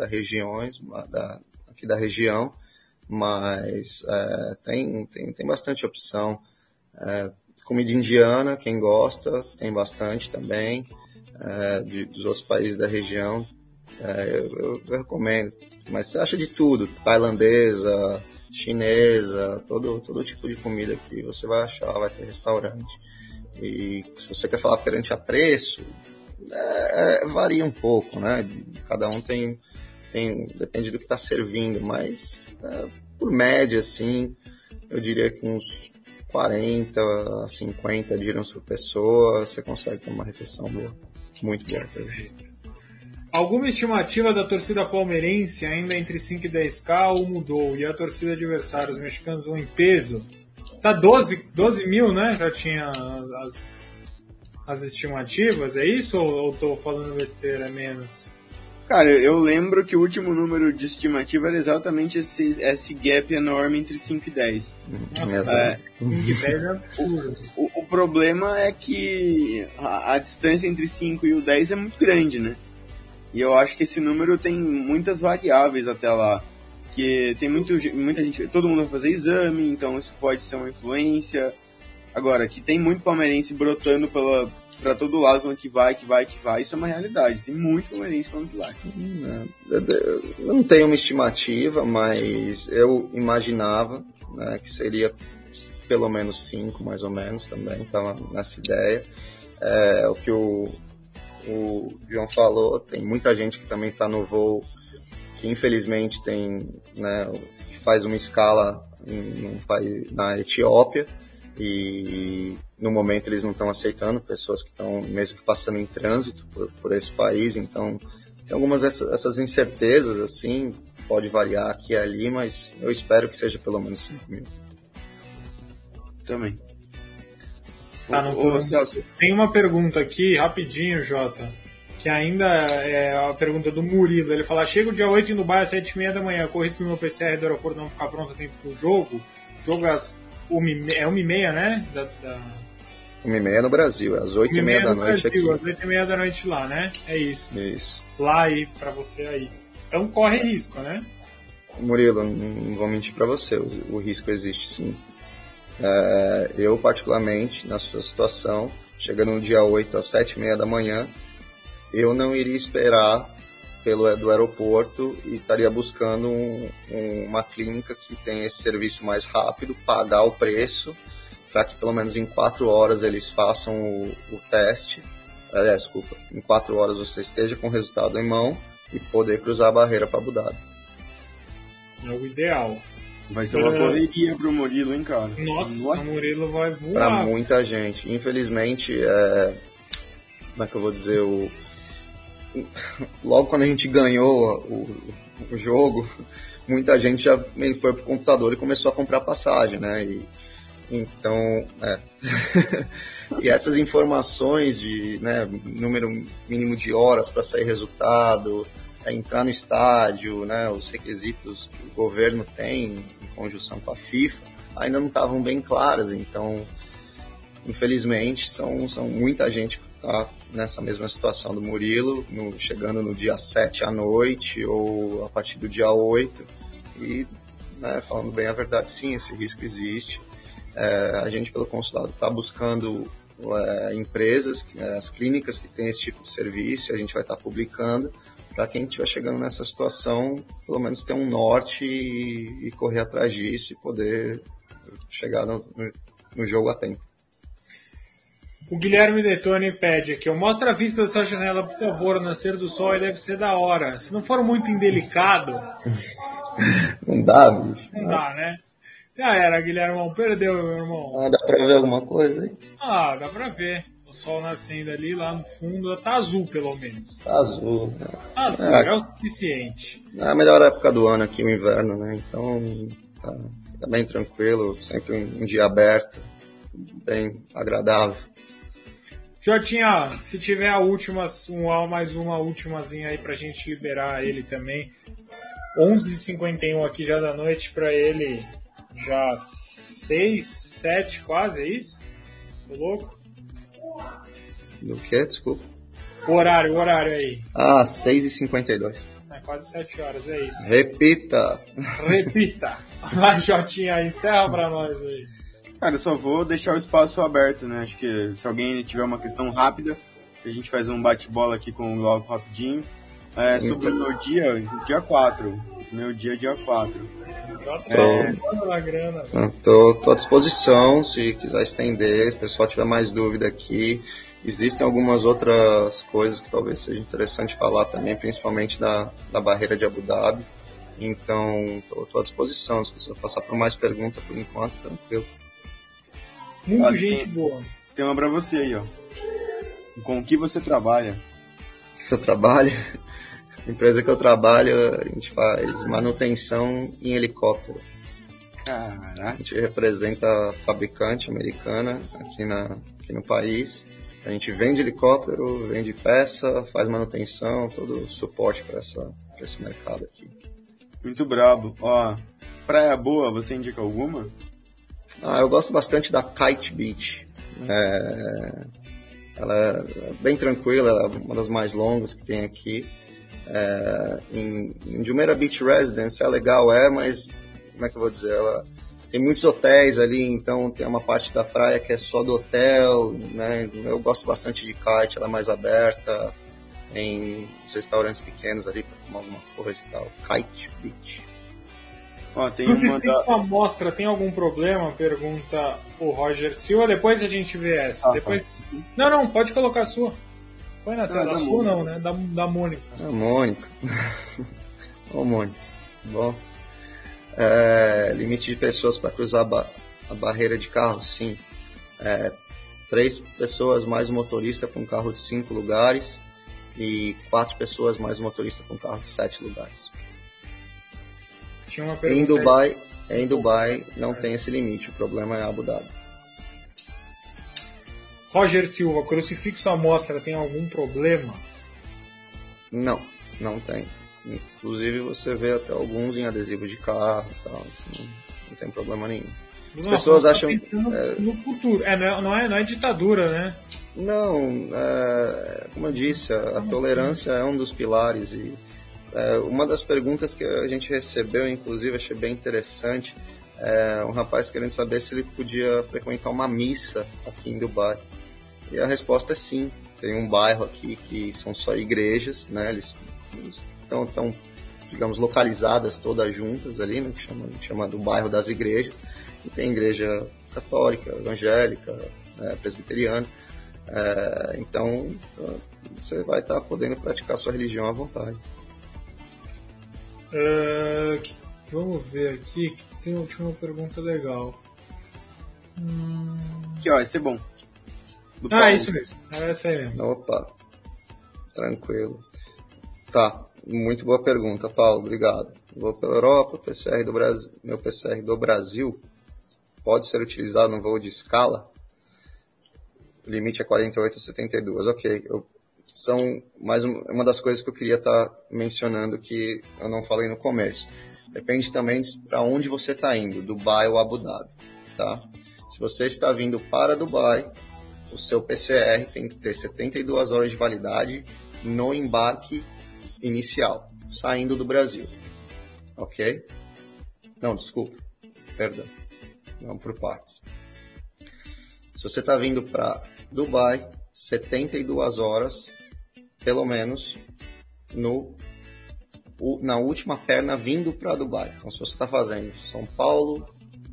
aqui da região, mas tem bastante opção. Comida indiana, quem gosta, tem bastante também, dos outros países da região. Eu recomendo, mas você acha de tudo, tailandesa, chinesa, todo tipo de comida que você vai achar, vai ter restaurante. E se você quer falar perante a preço, varia um pouco, né? Cada um depende do que está servindo, mas por média, assim, eu diria que uns 40 a 50 dirhams por pessoa, você consegue ter uma refeição boa, muito boa. Alguma estimativa da torcida palmeirense ainda entre 5 e 10k ou mudou? E a torcida adversária, os mexicanos vão em peso? Tá 12 mil, né? Já tinha as estimativas, é isso? Ou tô falando besteira, menos? Cara, eu lembro que o último número de estimativa era exatamente esse gap enorme entre 5 e 10. Nossa, 5 e 10 é absurdo. O problema é que a distância entre 5 e o 10 é muito grande, né? E eu acho que esse número tem muitas variáveis até lá. Que tem muita gente, todo mundo vai fazer exame, então isso pode ser uma influência. Agora, que tem muito palmeirense brotando pra todo lado falando que vai. Isso é uma realidade. Tem muito palmeirense falando que vai. Eu não tenho uma estimativa, mas eu imaginava, né, que seria pelo menos 5, mais ou menos, também, estava nessa ideia. O que o João falou, tem muita gente que também está no voo, que infelizmente tem, né, que faz uma escala em um país, na Etiópia, e no momento eles não estão aceitando pessoas que estão mesmo que passando em trânsito por esse país, então tem algumas essas incertezas, assim, pode variar aqui e ali, mas eu espero que seja pelo menos 5 mil. Também. Tem uma pergunta aqui, rapidinho, Jota, que ainda é a pergunta do Murilo. Ele fala: chego dia 8 em Dubai às 7h30 da manhã, corre risco do meu PCR do aeroporto não ficar pronto a tempo pro jogo. Jogo às 1h30, né? 1h30 no Brasil, às 8h30 da noite aqui. Às 8h30 da noite lá, né? É isso. Isso. Lá aí, pra você aí. Então corre risco, né? Murilo, não vou mentir pra você, o risco existe sim. Eu, particularmente, na sua situação, chegando no dia 8 às 7h30 da manhã, eu não iria esperar do aeroporto e estaria buscando uma clínica que tenha esse serviço mais rápido, pagar o preço, para que pelo menos em 4 horas eles façam o teste. Aliás, desculpa, em 4 horas você esteja com o resultado em mão e poder cruzar a barreira para Abu Dhabi. É o ideal. Vai ser uma correria pro Murilo, hein, cara? Nossa, o Murilo vai voar. Pra muita gente. Infelizmente, como é que eu vou dizer? Logo quando a gente ganhou o jogo, muita gente já foi pro computador e começou a comprar passagem, né? Então, e essas informações de, né, número mínimo de horas para sair resultado, entrar no estádio, né, os requisitos que o governo tem em conjunção com a FIFA, ainda não estavam bem claras. Então, infelizmente, são muita gente que está nessa mesma situação do Murilo, chegando no dia 7 à noite ou a partir do dia 8. E, né, falando bem a verdade, sim, esse risco existe. A gente, pelo consulado, está buscando empresas, as clínicas que têm esse tipo de serviço, a gente vai estar publicando, para quem estiver chegando nessa situação, pelo menos ter um norte e correr atrás disso e poder chegar no jogo a tempo. O Guilherme Detone pede aqui: mostra a vista da sua janela, por favor, o nascer do sol, deve ser da hora. Se não for muito indelicado... Não dá, bicho. Não dá, né? Já era, Guilhermão, perdeu, meu irmão. Dá pra ver alguma coisa aí? Dá pra ver. O sol nascendo ali, lá no fundo, tá azul, pelo menos. Tá azul, né? Azul, é o suficiente. É a melhor época do ano aqui, o inverno, né? Então, tá bem tranquilo, sempre um dia aberto, bem agradável. Jotinha, se tiver mais uma ultimazinha aí pra gente liberar ele também. 11h51 aqui já da noite pra ele, já 6, 7 quase, é isso? Tô louco? Do que? Desculpa. O horário aí. 6h52. Quase 7 horas, é isso. Repita! Vai, Jotinha, encerra pra nós aí. Cara, eu só vou deixar o espaço aberto, né? Acho que se alguém tiver uma questão rápida, a gente faz um bate-bola aqui com o Glauco rapidinho. Sobre o meu dia 4. Meu dia 4. Tô à disposição, se quiser estender, se o pessoal tiver mais dúvida aqui. Existem algumas outras coisas que talvez seja interessante falar também, principalmente da barreira de Abu Dhabi. Então, tô à disposição. Se você passar por mais perguntas por enquanto, tranquilo. Muito gente boa. Tem uma pra você aí, ó. Com o que você trabalha? Eu trabalho? A empresa que eu trabalho, a gente faz manutenção em helicóptero. Caraca. A gente representa a fabricante americana aqui no país. A gente vende helicóptero, vende peça, faz manutenção, todo o suporte para esse mercado aqui. Muito brabo. Ó, praia boa, você indica alguma? Eu gosto bastante da Kite Beach. Ela é bem tranquila, ela é uma das mais longas que tem aqui. Em Jumeirah Beach Residence é legal, mas como é que eu vou dizer? Ela tem muitos hotéis ali, então tem uma parte da praia que é só do hotel, né? Eu gosto bastante de kite, ela é mais aberta, tem os restaurantes pequenos ali para tomar alguma coisa e tal. Kite Beach. Ó, tem uma da... a amostra tem algum problema? Pergunta o Roger Silva. Depois a gente vê essa. Depois... Tá. Não, pode colocar a sua. Põe na tela. Da A sua Mônica. não, né? Da Mônica. A Mônica. Ô, Mônica. Bom. Limite de pessoas para cruzar a barreira de carro, sim. 3 pessoas mais motorista para um carro de 5 lugares e 4 pessoas mais motorista para um carro de 7 lugares. Tinha uma Em pergunta Dubai não tem esse limite, o problema é Abu Dhabi. Roger Silva, crucifixo à mostra tem algum problema? Não tem. Inclusive você vê até alguns em adesivo de carro e tal, assim, não tem problema nenhum. As pessoas acham... No futuro. Não é ditadura, né? Não, como eu disse, a tolerância é um dos pilares e uma das perguntas que a gente recebeu, inclusive, achei bem interessante, um rapaz querendo saber se ele podia frequentar uma missa aqui em Dubai. E a resposta é sim. Tem um bairro aqui que são só igrejas, né? Eles estão, digamos, localizadas todas juntas ali, né? Que chama do bairro das igrejas. E tem igreja católica, evangélica, presbiteriana. Então, você vai estar podendo praticar sua religião à vontade. Vamos ver aqui. Tinha uma pergunta legal. Aqui, ó, esse é bom. Isso mesmo. Essa aí mesmo. Opa, tranquilo. Tá, muito boa pergunta, Paulo, obrigado. Vou pela Europa, PCR do Brasil, meu PCR do Brasil pode ser utilizado no voo de escala? O limite é 48 a 72. Ok, são mais uma das coisas que eu queria estar mencionando que eu não falei no começo. Depende também para onde você está indo, Dubai ou Abu Dhabi, tá? Se você está vindo para Dubai, o seu PCR tem que ter 72 horas de validade no embarque inicial, saindo do Brasil, ok? Não, desculpa, perdão, vamos por partes. Se você está vindo para Dubai, 72 horas, pelo menos, na última perna vindo para Dubai. Então, se você está fazendo São Paulo,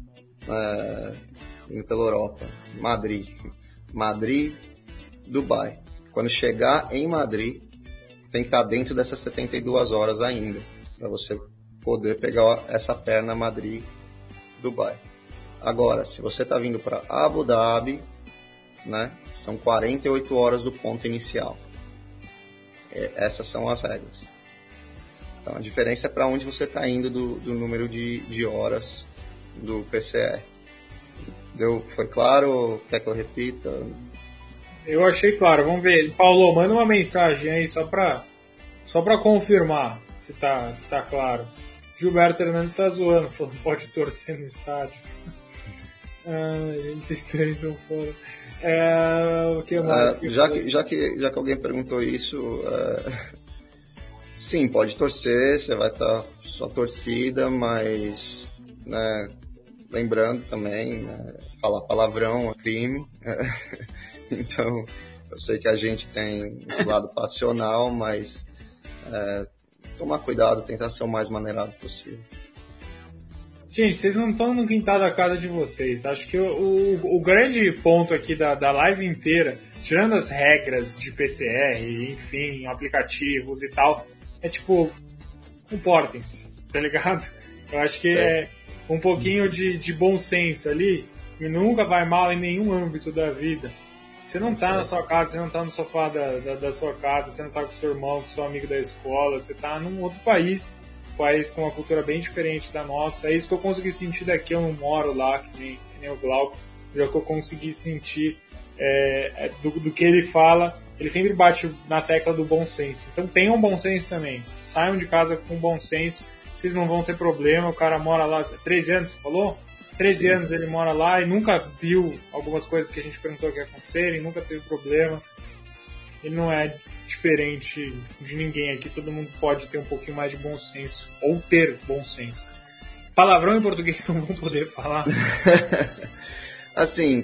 indo pela Europa, Madrid, Dubai. Quando chegar em Madrid, tem que estar dentro dessas 72 horas ainda, para você poder pegar essa perna Madrid-Dubai. Agora, se você está vindo para Abu Dhabi, né, são 48 horas do ponto inicial. Essas são as regras. Então, a diferença é para onde você está indo do número de horas do PCR. Foi claro? Quer que eu repita? Eu achei claro. Vamos ver. Paulo, manda uma mensagem aí só para confirmar se tá claro. Gilberto Hernandes está zoando, falando pode torcer no estádio. Esses três são fora. O que mais? Já que alguém perguntou isso, sim, pode torcer, você vai estar só torcida, mas, né, lembrando também, né, falar palavrão é crime. Então, eu sei que a gente tem esse lado passional, mas tomar cuidado, tentar ser o mais maneirado possível. Gente, vocês não estão no quintal da casa de vocês. Acho que o grande ponto aqui da live inteira, tirando as regras de PCR, enfim, aplicativos e tal, é tipo, comportem-se, tá ligado? Eu acho que é um pouquinho de bom senso ali, e nunca vai mal em nenhum âmbito da vida. Você não tá na sua casa, você não tá no sofá da sua casa, você não tá com seu irmão, com seu amigo da escola, você tá num outro país com uma cultura bem diferente da nossa. É isso que eu consegui sentir daqui. Eu não moro lá, que nem o Glauco, mas é o que eu consegui sentir do que ele fala. Ele sempre bate na tecla do bom senso. Então tenham bom senso também. Saiam de casa com bom senso, vocês não vão ter problema. O cara mora lá 13 anos, você falou? 13 anos ele mora lá e nunca viu algumas coisas que a gente perguntou que ia acontecer, ele nunca teve problema. Ele não é diferente de ninguém aqui, todo mundo pode ter um pouquinho mais de bom senso, ou ter bom senso. Palavrão em português não vão poder falar. Assim,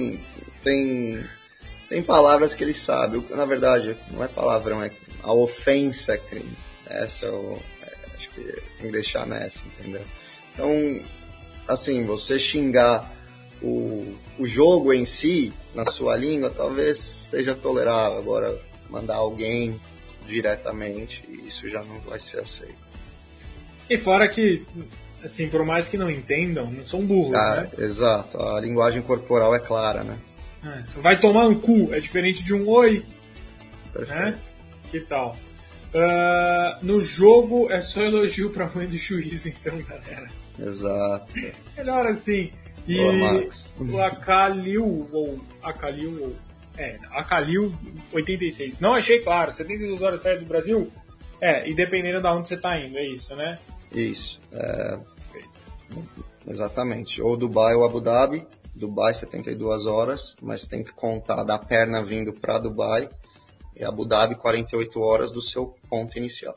tem palavras que eles sabem. Na verdade, não é palavrão, a ofensa é crime. Essa acho que tem que deixar nessa, entendeu? Então, assim, você xingar o jogo em si, na sua língua, talvez seja tolerável. Agora, mandar alguém diretamente, isso já não vai ser aceito. E fora que, assim, por mais que não entendam, não são burros, né? Exato, a linguagem corporal é clara, né? Vai tomar no cu, é diferente de um oi. Perfeito. Né? Que tal? No jogo é só elogio pra mãe do juiz, então, galera. Exato. Melhor assim. E o Acalil 86. Não achei claro, 72 horas sai do Brasil? E dependendo de onde você tá indo, é isso, né? Isso. Exatamente. Ou Dubai ou Abu Dhabi. Dubai 72 horas, mas tem que contar da perna vindo para Dubai, e Abu Dhabi 48 horas do seu ponto inicial.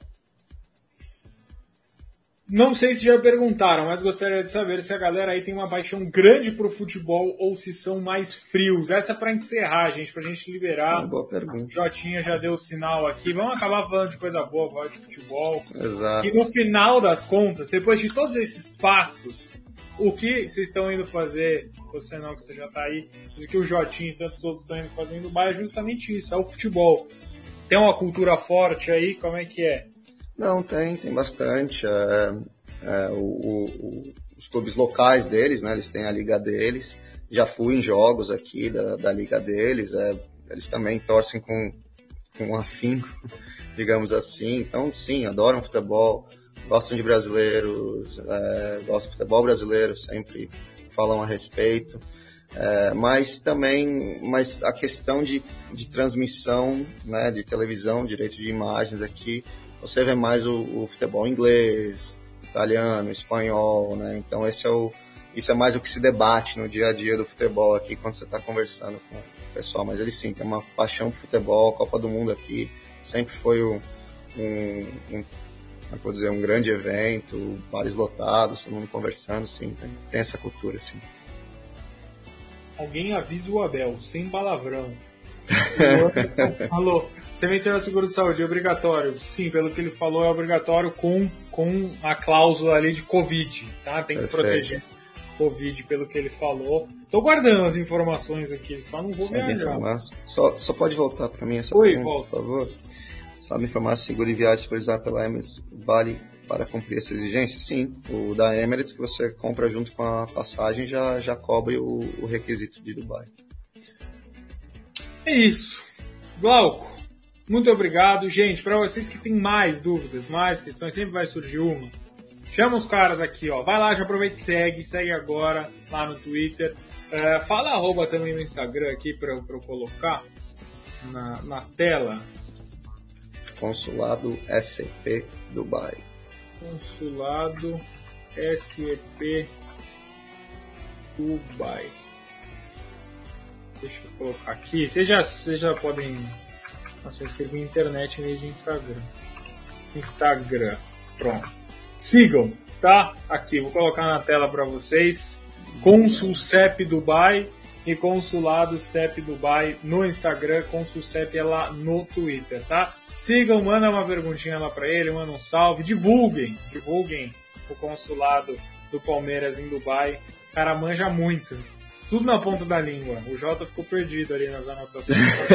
Não sei se já perguntaram, mas gostaria de saber se a galera aí tem uma paixão grande pro futebol ou se são mais frios. Essa é para encerrar, gente, pra gente liberar. Boa pergunta. Jotinha já deu o sinal aqui. Vamos acabar falando de coisa boa, falar de futebol. Exato. E no final das contas, depois de todos esses passos, o que vocês estão indo fazer, você não, que você já está aí, o que o Jotinho e tantos outros estão indo fazer em Dubai é justamente isso, é o futebol. Tem uma cultura forte aí, como é que é? Não, tem bastante. Os clubes locais deles, né, eles têm a liga deles. Já fui em jogos aqui da liga deles, eles também torcem com afinco, digamos assim. Então, sim, adoram futebol. Gostam de brasileiros, gostam de futebol brasileiro, sempre falam a respeito, mas a questão de transmissão, né, de televisão, direito de imagens aqui, você vê mais o futebol inglês, italiano, espanhol, né, então isso é mais o que se debate no dia a dia do futebol aqui, quando você está conversando com o pessoal, mas eles sim, tem uma paixão por futebol, Copa do Mundo aqui, sempre foi um grande evento, bares lotados, todo mundo conversando, sim, tem essa cultura, sim. Alguém avisa o Abel, sem palavrão. Falou, você mencionou o seguro de saúde, é obrigatório? Sim, pelo que ele falou, é obrigatório com a cláusula ali de Covid, tá? Tem que proteger Covid, pelo que ele falou. Tô guardando as informações aqui, só não vou viajar. Só pode voltar para mim essa pergunta, volta. Por favor? Sabe informar se seguro de viagem supervisado pela Emirates vale para cumprir essa exigência? Sim, o da Emirates que você compra junto com a passagem já cobre o requisito de Dubai. É isso. Glauco, muito obrigado. Gente, para vocês que têm mais dúvidas, mais questões, sempre vai surgir uma. Chama os caras aqui, ó. Vai lá, já aproveita e segue agora lá no Twitter. Fala @ também no Instagram aqui para eu colocar na tela. Consulado SCP Dubai. Consulado SCP Dubai. Deixa eu colocar aqui. Vocês já podem. Nossa, eu escrevi internet em vez de Instagram. Instagram. Pronto. Sigam, tá? Aqui, vou colocar na tela para vocês. Consul CEP Dubai e Consulado CEP Dubai no Instagram. Consul CEP é lá no Twitter, tá? Sigam, manda uma perguntinha lá pra ele, manda um salve, divulguem o consulado do Palmeiras em Dubai. O cara manja muito, tudo na ponta da língua. O Jota ficou perdido ali nas anotações.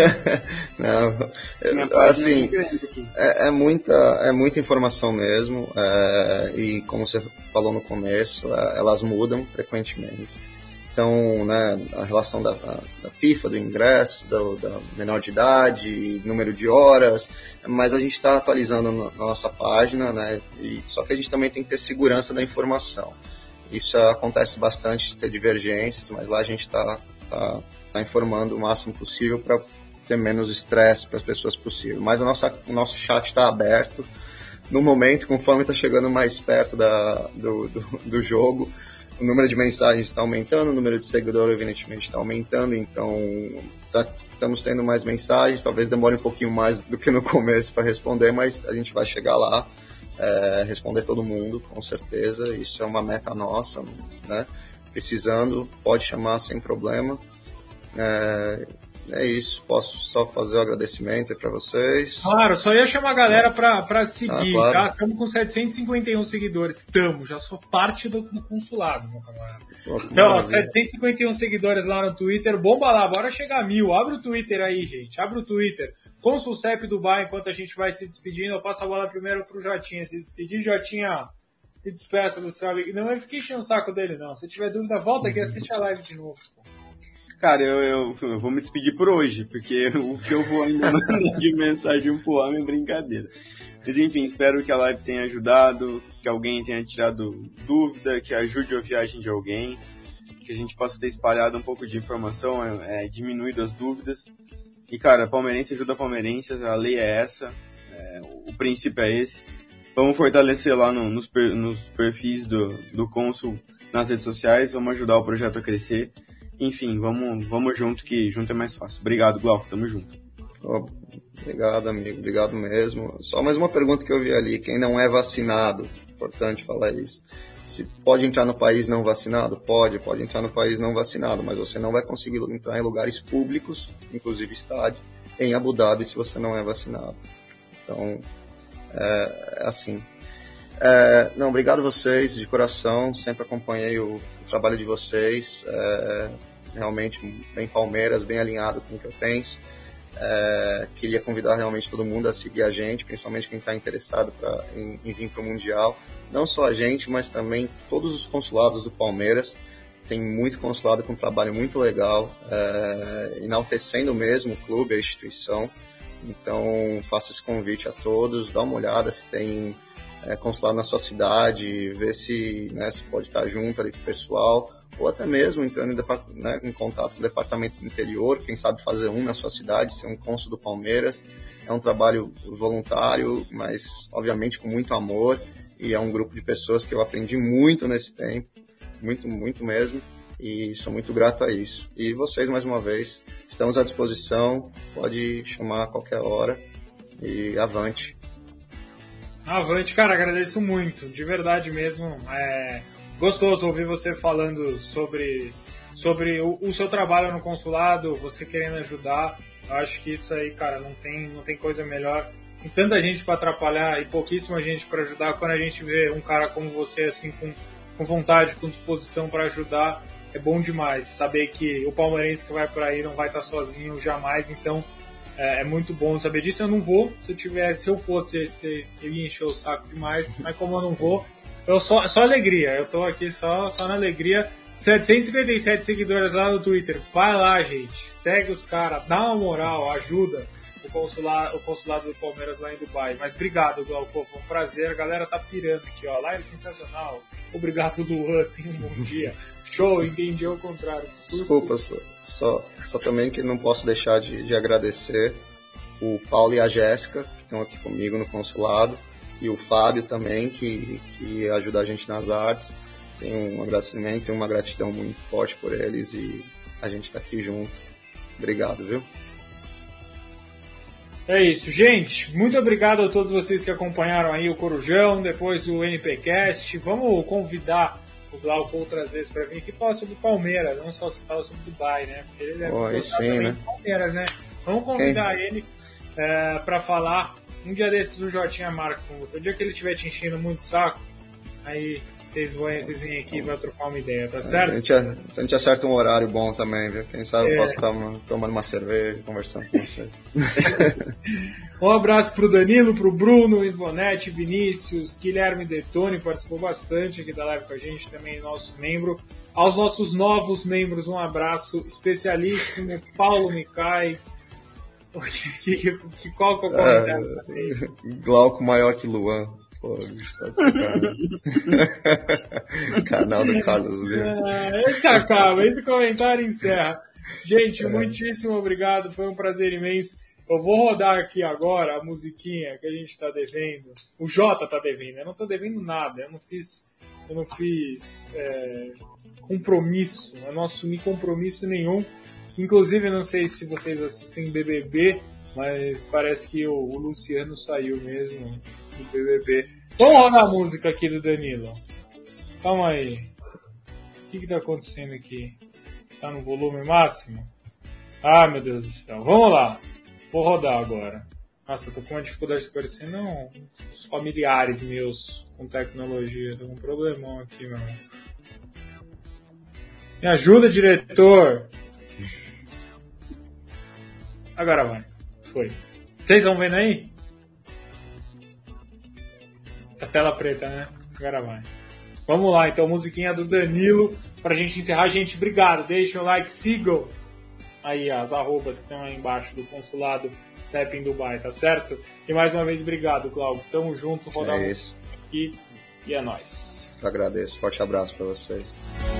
Não, assim, é muita informação mesmo, e como você falou no começo, elas mudam frequentemente. Então, né, a relação da FIFA, do ingresso, da menor de idade, número de horas, mas a gente está atualizando na nossa página, né, só que a gente também tem que ter segurança da informação. Isso acontece bastante, de ter divergências, mas lá a gente está informando o máximo possível para ter menos estresse para as pessoas possível. Mas o nosso chat está aberto. No momento, conforme está chegando mais perto do jogo, o número de mensagens está aumentando, o número de seguidores, evidentemente, está aumentando, então estamos tendo mais mensagens, talvez demore um pouquinho mais do que no começo para responder, mas a gente vai chegar lá. responder todo mundo, com certeza. Isso é uma meta nossa, né? Precisando, pode chamar sem problema. É isso, posso só fazer o agradecimento para vocês. Claro, só ia chamar a galera para seguir, claro. tá? Estamos com 751 seguidores, já sou parte do consulado, meu camarada. Então, 751 seguidores lá no Twitter, bomba lá, bora chegar a 1000, abre o Twitter aí, gente, abre o Twitter. Consulcep Dubai, enquanto a gente vai se despedindo, eu passo a bola primeiro pro Jotinha se despedir. Jotinha, se despeça do seu amigo. Não, eu fiquei enchendo o saco dele, não. Se tiver dúvida, volta aqui e assiste a live de novo. Cara, eu vou me despedir por hoje, porque o que eu vou ainda mandar de mensagem pro homem é brincadeira. Mas enfim, espero que a live tenha ajudado, que alguém tenha tirado dúvida, que ajude a viagem de alguém, que a gente possa ter espalhado um pouco de informação, diminuído as dúvidas. E, cara, palmeirense ajuda palmeirense, a lei é essa, o princípio é esse. Vamos fortalecer lá nos perfis do Consul nas redes sociais, vamos ajudar o projeto a crescer. Enfim, vamos junto, que junto é mais fácil. Obrigado, Glauco, tamo junto. Obrigado, amigo, obrigado mesmo. Só mais uma pergunta que eu vi ali, quem não é vacinado, importante falar isso. Se pode entrar no país não vacinado? Pode entrar no país não vacinado, mas você não vai conseguir entrar em lugares públicos, inclusive estádio, em Abu Dhabi, se você não é vacinado. Então, é assim. Não, obrigado a vocês, de coração, sempre acompanhei o trabalho de vocês, realmente bem Palmeiras, bem alinhado com o que eu penso. Queria convidar realmente todo mundo a seguir a gente, principalmente quem está interessado em vir para o Mundial. Não só a gente, mas também todos os consulados do Palmeiras. Tem muito consulado com um trabalho muito legal, enaltecendo mesmo o clube, a instituição. Então, faço esse convite a todos, dá uma olhada se tem consulado na sua cidade, ver se pode estar junto ali com o pessoal, ou até mesmo entrando em contato com o departamento do interior, quem sabe fazer na sua cidade, ser um cônsul do Palmeiras. É um trabalho voluntário, mas obviamente com muito amor, e é um grupo de pessoas que eu aprendi muito nesse tempo, muito, muito mesmo, e sou muito grato a isso. E vocês, mais uma vez, estamos à disposição, pode chamar a qualquer hora, e avante. Avante, cara, agradeço muito, de verdade mesmo. Gostoso ouvir você falando sobre o seu trabalho no consulado, você querendo ajudar. Eu acho que isso aí, cara, não tem coisa melhor. Tem tanta gente para atrapalhar e pouquíssima gente para ajudar. Quando a gente vê um cara como você, assim, com vontade, com disposição para ajudar, é bom demais. Saber que o palmeirense que vai por aí não vai estar sozinho jamais, então é muito bom saber disso. Eu não vou, se eu fosse, eu ia encher o saco demais, mas como eu não vou, eu só alegria, eu tô aqui só na alegria. 757 seguidores lá no Twitter, vai lá, gente, segue os caras, dá uma moral, ajuda o consulado do Palmeiras lá em Dubai. Mas obrigado, Glauco, foi um prazer, a galera tá pirando aqui, ó, live sensacional, obrigado, Luan, tenha um bom dia. Show, entendi ao contrário. Desculpa, só também que não posso deixar de agradecer o Paulo e a Jéssica, que estão aqui comigo no consulado, e o Fábio também, que ajuda a gente nas artes. Tenho um agradecimento e uma gratidão muito forte por eles, e a gente está aqui junto. Obrigado, viu? É isso, gente. Muito obrigado a todos vocês que acompanharam aí o Corujão, depois o NPcast. Vamos convidar o Glauco outras vezes para vir aqui falar sobre Palmeiras, não só falar sobre Dubai, né? Porque ele deve sim, né? Palmeiras, né? Vamos convidar ele para falar. Um dia desses o Jotinha marca com você. O dia que ele estiver te enchendo muito saco, aí vocês vêm aqui e vão trocar uma ideia, tá certo? A gente acerta um horário bom também, viu? Quem sabe eu posso estar tomando uma cerveja, conversando com você. Um abraço pro Danilo, pro Bruno, Ivonete, Vinícius, Guilherme Detoni, participou bastante aqui da live com a gente, também nosso membro. Aos nossos novos membros, um abraço especialíssimo, Paulo Micai. Qual que é o comentário? Glauco maior que Luan. Pô, está de sacanagem. Canal do Carlos Lima. Esse acaba, esse comentário encerra. Gente, muitíssimo obrigado, foi um prazer imenso. Eu vou rodar aqui agora a musiquinha que a gente está devendo. O Jota está devendo, eu não estou devendo nada, eu não fiz compromisso, eu não assumi compromisso nenhum. Inclusive, eu não sei se vocês assistem BBB, mas parece que o Luciano saiu mesmo do BBB. Vamos rodar a música aqui do Danilo. Calma aí. O que tá acontecendo aqui? Tá no volume máximo? Ah, meu Deus do céu. Vamos lá. Vou rodar agora. Nossa, eu tô com uma dificuldade de aparecer. Não, os familiares meus com tecnologia. Tô com um problemão aqui, meu irmão. Me ajuda, diretor. Agora vai. Foi. Vocês estão vendo aí? A tela preta, né? Agora vai. Vamos lá, então, musiquinha do Danilo. Pra gente encerrar, gente, obrigado. Deixem o like, sigam aí as arrobas que estão aí embaixo do consulado CEP em Dubai, tá certo? E mais uma vez, obrigado, Cláudio. Tamo junto, rodar isso aqui e é nóis. Eu agradeço. Forte abraço pra vocês.